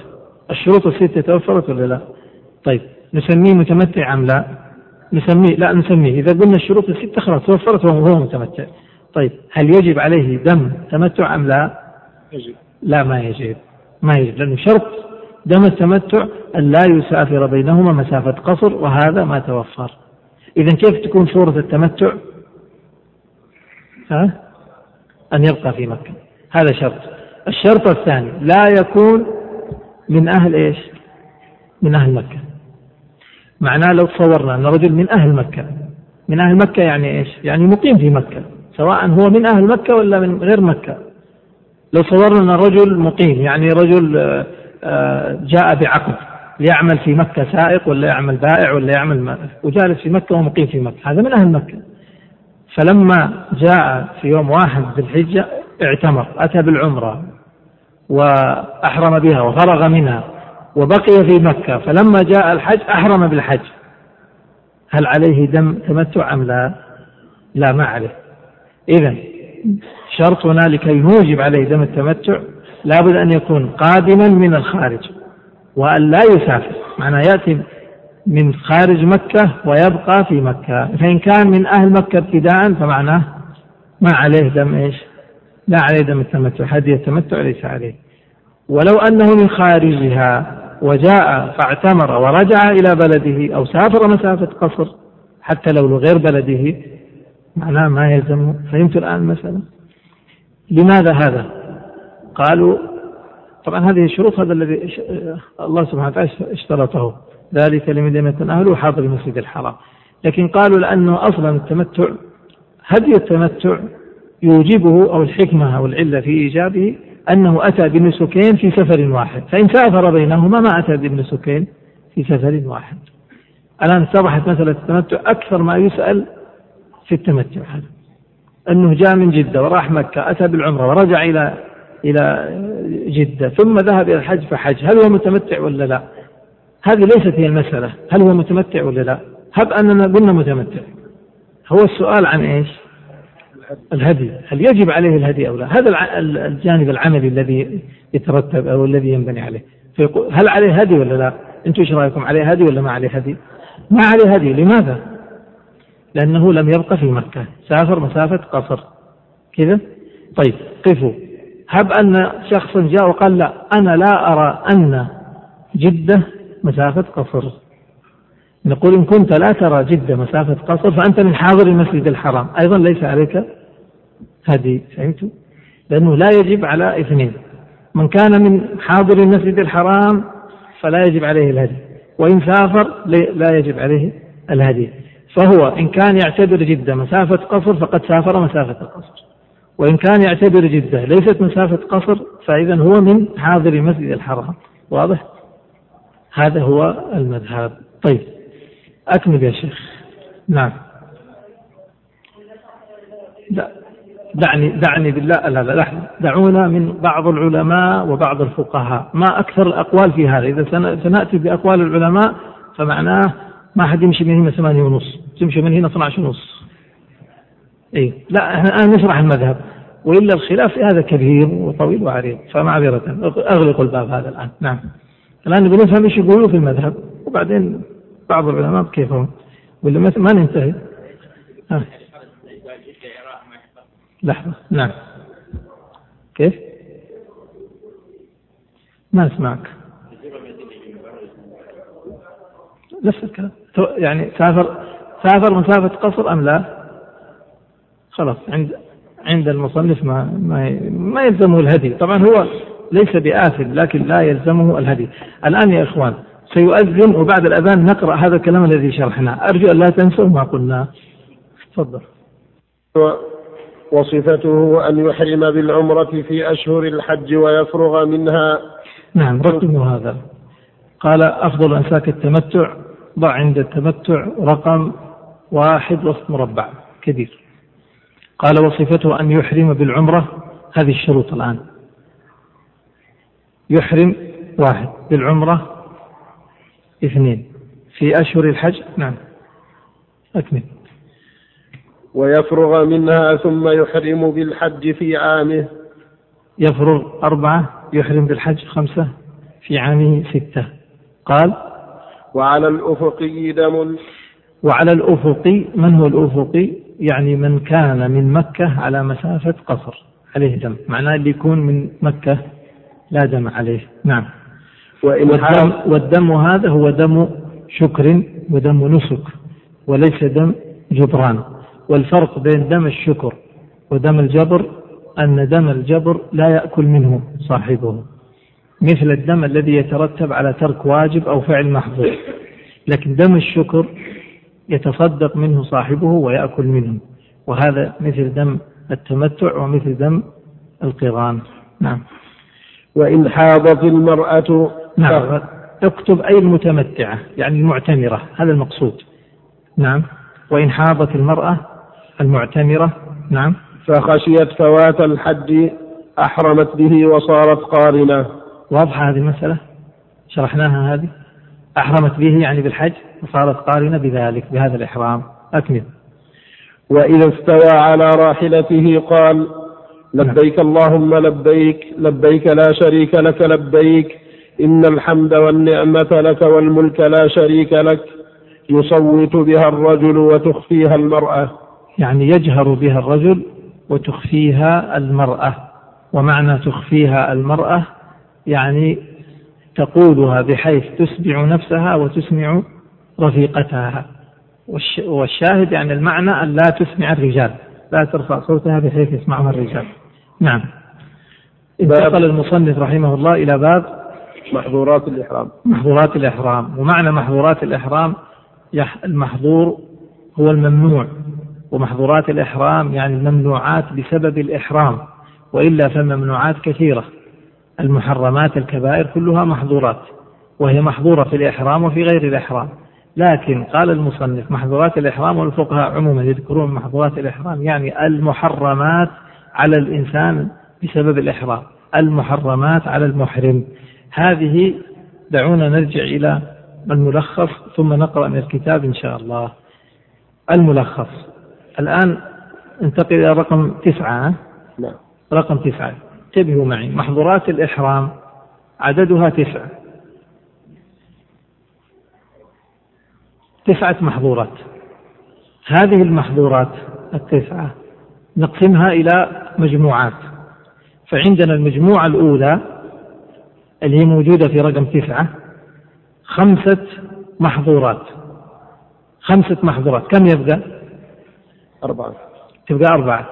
الشروط الستة توفرت ولا لا؟ طيب نسميه متمتع أم لا؟ نسميه لا نسميه إذا قلنا الشروط الستة خلاص توفرت وهو متمتع. طيب هل يجب عليه دم تمتع أم لا؟ يجب. لا ما يجب، ما يجب، لأنه شرط دم التمتع أن لا يسافر بينهما مسافة قصر، وهذا ما توفر. إذن كيف تكون صورة التمتع؟ ها؟ أن يبقى في مكة، هذا شرط. الشرط الثاني لا يكون من أهل إيش؟ من أهل مكة. معناه لو تصورنا أن رجل من أهل مكة، من أهل مكة يعني إيش؟ يعني مقيم في مكة، سواء هو من أهل مكة ولا من غير مكة. لو صورنا أن الرجل مقيم، يعني رجل جاء بعقد ليعمل في مكة سائق ولا يعمل بائع ولا يعمل وجالس في مكة ومقيم في مكة، هذا من أهل مكة. فلما جاء في يوم واحد ذي الحجة اعتمر، أتى بالعمرة وأحرم بها وفرغ منها وبقي في مكة، فلما جاء الحج أحرم بالحج، هل عليه دم تمتع أم لا؟ لا ما عليه. إذن شرطنا لكي نوجب عليه دم التمتع لابد أن يكون قادما من الخارج وأن لا يسافر، معناه يأتي من خارج مكة ويبقى في مكة. فإن كان من أهل مكة ابتداء فمعناه ما عليه دم إيش؟ لا عليه دم التمتع، هدي التمتع ليس عليه. ولو أنه من خارجها وجاء فاعتمر ورجع إلى بلده أو سافر مسافة قصر حتى لو غير بلده معناه ما يلزمه. فهمت الآن مثلا لماذا هذا؟ قالوا طبعا هذه الشروط، هذا الذي الله سبحانه وتعالى اشترطه، ذلك لمن لم يكن أهله حاضر المسجد الحرام. لكن قالوا لأنه أصلا التمتع هدي التمتع يوجبه، أو الحكمة أو العلة في إيجابه أنه أتى بنسكين في سفر واحد، فإن سافر بينهما ما أتى بنسكين في سفر واحد. الآن اتضحت مسألة التمتع أكثر ما يسأل في التمتع هذا، أنه جاء من جدة وراح مكة، أتى بالعمرة ورجع إلى إلى جدة ثم ذهب إلى الحج فحج، هل هو متمتع ولا لا؟ هذه ليست هي المسألة، هل هو متمتع ولا لا؟ هب أننا قلنا متمتع، هو السؤال عن إيش؟ الهدي، هل يجب عليه الهدي أو لا؟ هذا الجانب العملي الذي يترتب أو الذي ينبني عليه. فيقول هل عليه هدي ولا لا؟ أنتم إيش رأيكم، عليه هدي ولا ما عليه هدي؟ ما عليه هدي. لماذا؟ لأنه لم يبقى في مكة، سافر مسافة قصر كذا. طيب قفوا، هب أن شخص جاء وقال لا أنا لا أرى أن جدة مسافة قصر، نقول إن كنت لا ترى جدة مسافة قصر فأنت من حاضر المسجد الحرام، أيضا ليس عليك هدي. فهمتوا؟ لأنه لا يجب على اثنين، من كان من حاضر المسجد الحرام فلا يجب عليه الهدي، وإن سافر لا يجب عليه الهدي. فهو إن كان يعتبر جدة مسافة قصر فقد سافر مسافة القصر، وإن كان يعتبر جدة ليست مسافة قصر فإذا هو من حاضر المسجد الحرام. واضح؟ هذا هو المذهب. طيب أكمل يا شيخ. نعم. دعني دعني بالله لا لا لحظة، دعونا من بعض العلماء وبعض الفقهاء، ما أكثر الأقوال في هذا. إذا سنأتي بأقوال العلماء فمعناه ما حد يمشي من هنا ثمانية ونص، تمشي من هنا اثنا عشر ونص. إيه لا احنا الآن نشرح المذهب، وإلا الخلاف هذا كبير وطويل وعريض، فمعذرة أغلق الباب هذا الآن. نعم الآن بنفهم إيش يقولوا في المذهب وبعدين بعض العلماء كيفهم، ولا ما ننتهي. ها. لحظة. نعم كيف؟ ما اسمعك. نفس الكلام، يعني سافر سافر مسافة قصر أم لا؟ خلاص عند عند المصنف ما ما ما يلزمه الهدي. طبعا هو ليس بآثم لكن لا يلزمه الهدي. الآن يا إخوان سيؤذن وبعد الأذان نقرأ هذا الكلام الذي شرحناه، أرجو أن لا تنسوا ما قلنا. تفضل. وصفته أن يحرم بالعمرة في أشهر الحج ويفرغ منها. نعم رقموا هذا. قال أفضل أنساك التمتع، ضع عند التمتع رقم واحد وسط مربع كبير. قال وصفته أن يحرم بالعمرة، هذه الشروط الآن. يحرم واحد بالعمرة، اثنين في أشهر الحج. نعم أكمل. ويفرغ منها ثم يحرم بالحج في عامه. يفرغ أربعة، يحرم بالحج خمسة، في في عامه ستة. قال وعلى الأفقي دم. وعلى الأفقي، من هو الأفقي؟ يعني من كان من مكة على مسافة قصر عليه دم، معناه اللي يكون من مكة لا دم عليه. نعم. والدم, والدم هذا هو دم شكر ودم نسك وليس دم جبران. والفرق بين دم الشكر ودم الجبر أن دم الجبر لا يأكل منه صاحبه، مثل الدم الذي يترتب على ترك واجب أو فعل محظور، لكن دم الشكر يتصدق منه صاحبه ويأكل منه، وهذا مثل دم التمتع ومثل دم القران. نعم. وإن حاضت المرأة. نعم. اكتب أي المتمتعة يعني المعتمرة، هذا المقصود. نعم. وإن حاضت المرأة المعتمرة. نعم. فخشيت فوات الحج أحرمت به وصارت قارنة. واضحة هذه المسألة، شرحناها هذه. أحرمت به يعني بالحج وصارت قارنة بذلك بهذا الإحرام. أكمل. وإذا استوى على راحلته قال لبيك اللهم لبيك لبيك لا شريك لك لبيك إن الحمد والنعمة لك والملك لا شريك لك، يصوت بها الرجل وتخفيها المرأة. يعني يجهر بها الرجل وتخفيها المرأة. ومعنى تخفيها المرأة يعني تقولها بحيث تسمع نفسها وتسمع رفيقتها. والشاهد يعني المعنى أن لا تسمع الرجال، لا ترفع صوتها بحيث يسمعها الرجال. نعم. انتقل المصنف رحمه الله إلى باب محظورات الإحرام. محظورات الإحرام. ومعنى محظورات الإحرام المحظور هو الممنوع، ومحظورات الإحرام يعني الممنوعات بسبب الإحرام، وإلا فالممنوعات كثيرة. المحرمات الكبائر كلها محظورات، وهي محظورة في الإحرام وفي غير الإحرام. لكن قال المصنف محظورات الإحرام، والفقهاء عموما يذكرون محظورات الإحرام يعني المحرمات على الإنسان بسبب الإحرام، المحرمات على المحرم. هذه دعونا نرجع إلى الملخص ثم نقرأ من الكتاب إن شاء الله. الملخص الآن انتقل إلى رقم تسعة. نعم. رقم تسعة، انتبهوا معي. محظورات الإحرام عددها تسعة، تسعة محظورات. هذه المحظورات التسعة نقسمها إلى مجموعات. فعندنا المجموعة الأولى اللي هي موجودة في رقم تسعة، خمسة محظورات. خمسة محظورات. كم يبقى؟ أربعة. تبقى أربعة.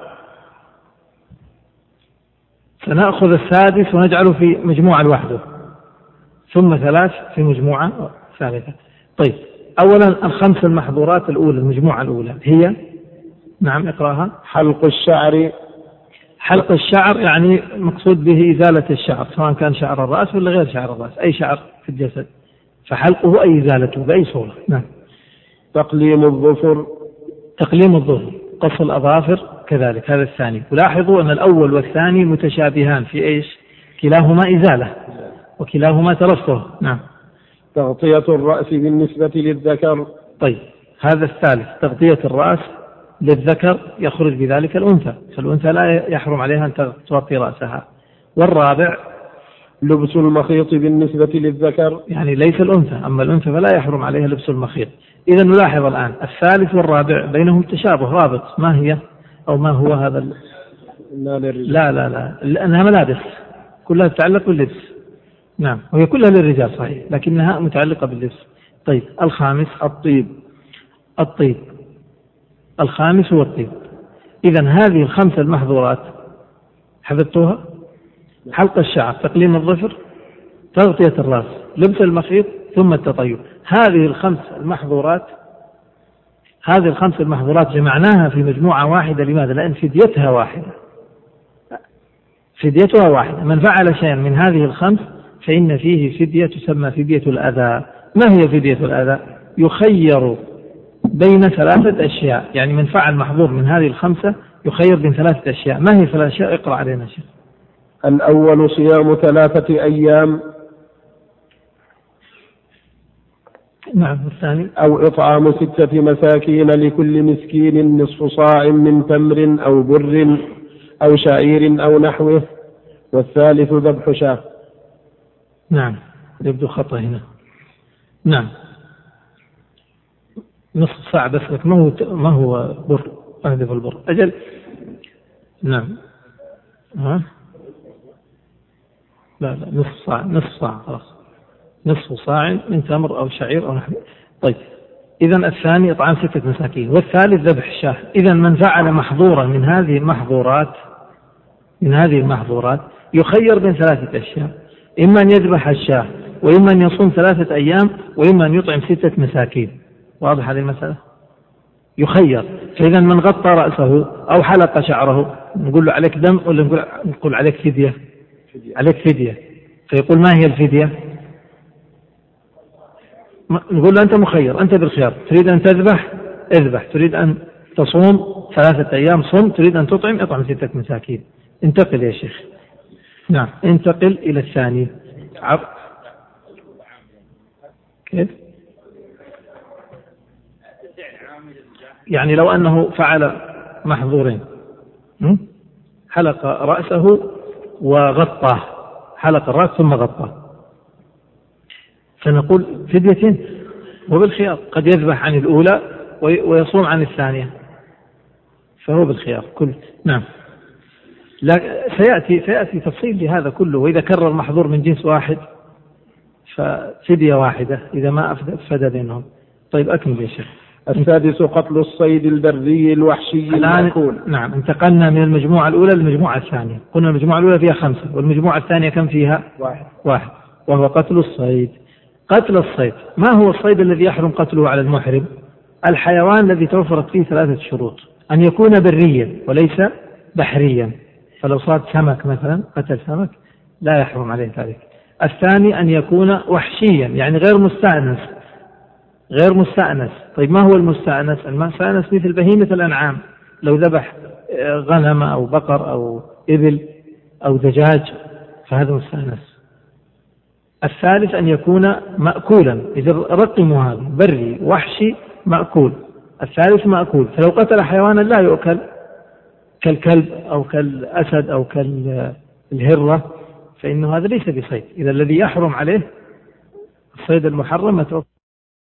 سنأخذ السادس ونجعله في مجموعة لوحده، ثم ثلاث في مجموعة ثالثة. طيب، أولا الخمس المحظورات الأولى، المجموعة الأولى هي، نعم اقرأها. حلق الشعر. حلق الشعر يعني مقصود به إزالة الشعر، سواء كان شعر الرأس ولا غير شعر الرأس، أي شعر في الجسد، فحلقه أي إزالته بأي صورة. نعم. تقليم الظفر. تقليم الظفر، قص الأظافر كذلك، هذا الثاني. ولاحظوا أن الأول والثاني متشابهان في إيش؟ كلاهما إزالة وكلاهما ترفه. نعم. تغطية الرأس بالنسبة للذكر. طيب، هذا الثالث تغطية الرأس للذكر، يخرج بذلك الأنثى، فالأنثى لا يحرم عليها أن تغطي رأسها. والرابع لبس المخيط بالنسبة للذكر، يعني ليس الأنثى، أما الأنثى فلا يحرم عليها لبس المخيط. إذا نلاحظ الآن الثالث والرابع بينهم تشابه رابط، ما هي أو ما هو هذا ال... لا, لا لا لا لأنها ملابس كلها تتعلق باللبس. نعم، وهي كلها للرجال صحيح، لكنها متعلقة باللبس. طيب، الخامس الطيب. الطيب الخامس هو الطيب. إذن هذه الخمسة المحظورات حفظتوها: حلق الشعر، تقليم الظفر، تغطية الرأس، لبس المخيط، ثم التطيب. هذه الخمس المحظورات هذه الخمس المحظورات جمعناها في مجموعة واحدة. لماذا؟ لأن فديتها واحدة، فديتها واحدة. من فعل شيئا من هذه الخمس فإن فيه فدية تسمى فدية الأذى. ما هي فدية الأذى؟ يخير بين ثلاثة أشياء، يعني من فعل محظور من هذه الخمسة يخير بين ثلاثة أشياء. ما هي ثلاثة أشياء؟ اقرأ علينا شيء. الأول صيام ثلاثة أيام. نعم. الثاني أو إطعام ستة مساكين لكل مسكين نصف صاع من تمر أو بر أو شعير أو نحوه. والثالث ذبح شاة. نعم. يبدو خطأ هنا. نعم نصف ساعة بس لك، ما هو ما هو بر أهدف البر أجل. نعم ها لا لا نصف صاع، نصف صاع خلاص، نصف صاع من تمر أو شعير أو نحو. طيب إذن الثاني إطعام ستة مساكين، والثالث ذبح الشاة. إذن من فعل محظورة من هذه المحظورات من هذه المحظورات يخير بين ثلاثة أشياء: إما أن يذبح الشاة، وإما أن يصوم ثلاثة أيام، وإما أن يطعم ستة مساكين. واضح هذه المسألة؟ يخير. فإذا من غطى رأسه أو حلق شعره نقول له عليك دم، ولا نقول, نقول عليك فدية؟ عليك فدية. فيقول ما هي الفدية؟ نقول له أنت مخير، أنت بالخيار، تريد أن تذبح اذبح، تريد أن تصوم ثلاثة أيام صم، تريد أن تطعم اطعم ستة مساكين. انتقل يا شيخ. نعم انتقل إلى الثاني. عب... كيف؟ يعني لو أنه فعل محظورين، حلق رأسه وغطاه، حلق الرأس ثم غطاه، فنقول فديتين وبالخيار. قد يذبح عن الأولى ويصوم عن الثانية، فهو بالخيار كل. نعم لا سيأتي سيأتي تفصيل لهذا كله. وإذا كرر محظور من جنس واحد ففدية واحدة إذا ما أفسد بينهم. طيب أكمل يا شيخ. السادس قتل الصيد البري الوحشي المأكول. نعم انتقلنا من المجموعة الأولى للمجموعة الثانية. قلنا المجموعة الأولى فيها خمسة، والمجموعة الثانية كم فيها؟ واحد. واحد وهو قتل الصيد. قتل الصيد، ما هو الصيد الذي يحرم قتله على المحرم؟ الحيوان الذي توفرت فيه ثلاثة شروط: أن يكون بريا وليس بحريا، فلو صاد سمك مثلا قتل سمك لا يحرم عليه ذلك. الثاني أن يكون وحشيا، يعني غير مستأنس غير مستأنس. طيب ما هو المستأنس؟ المستأنس مثل بهيمة الأنعام، لو ذبح غنم أو بقر أو إبل أو دجاج فهذا مستأنس. الثالث أن يكون مأكولا، إذا رقموا هذا: بري وحشي مأكول. الثالث مأكول، فلو قتل حيوانا لا يؤكل كالكلب أو كالأسد أو كالهرة فإنه هذا ليس بصيد. إذا الذي يحرم عليه الصيد المحرم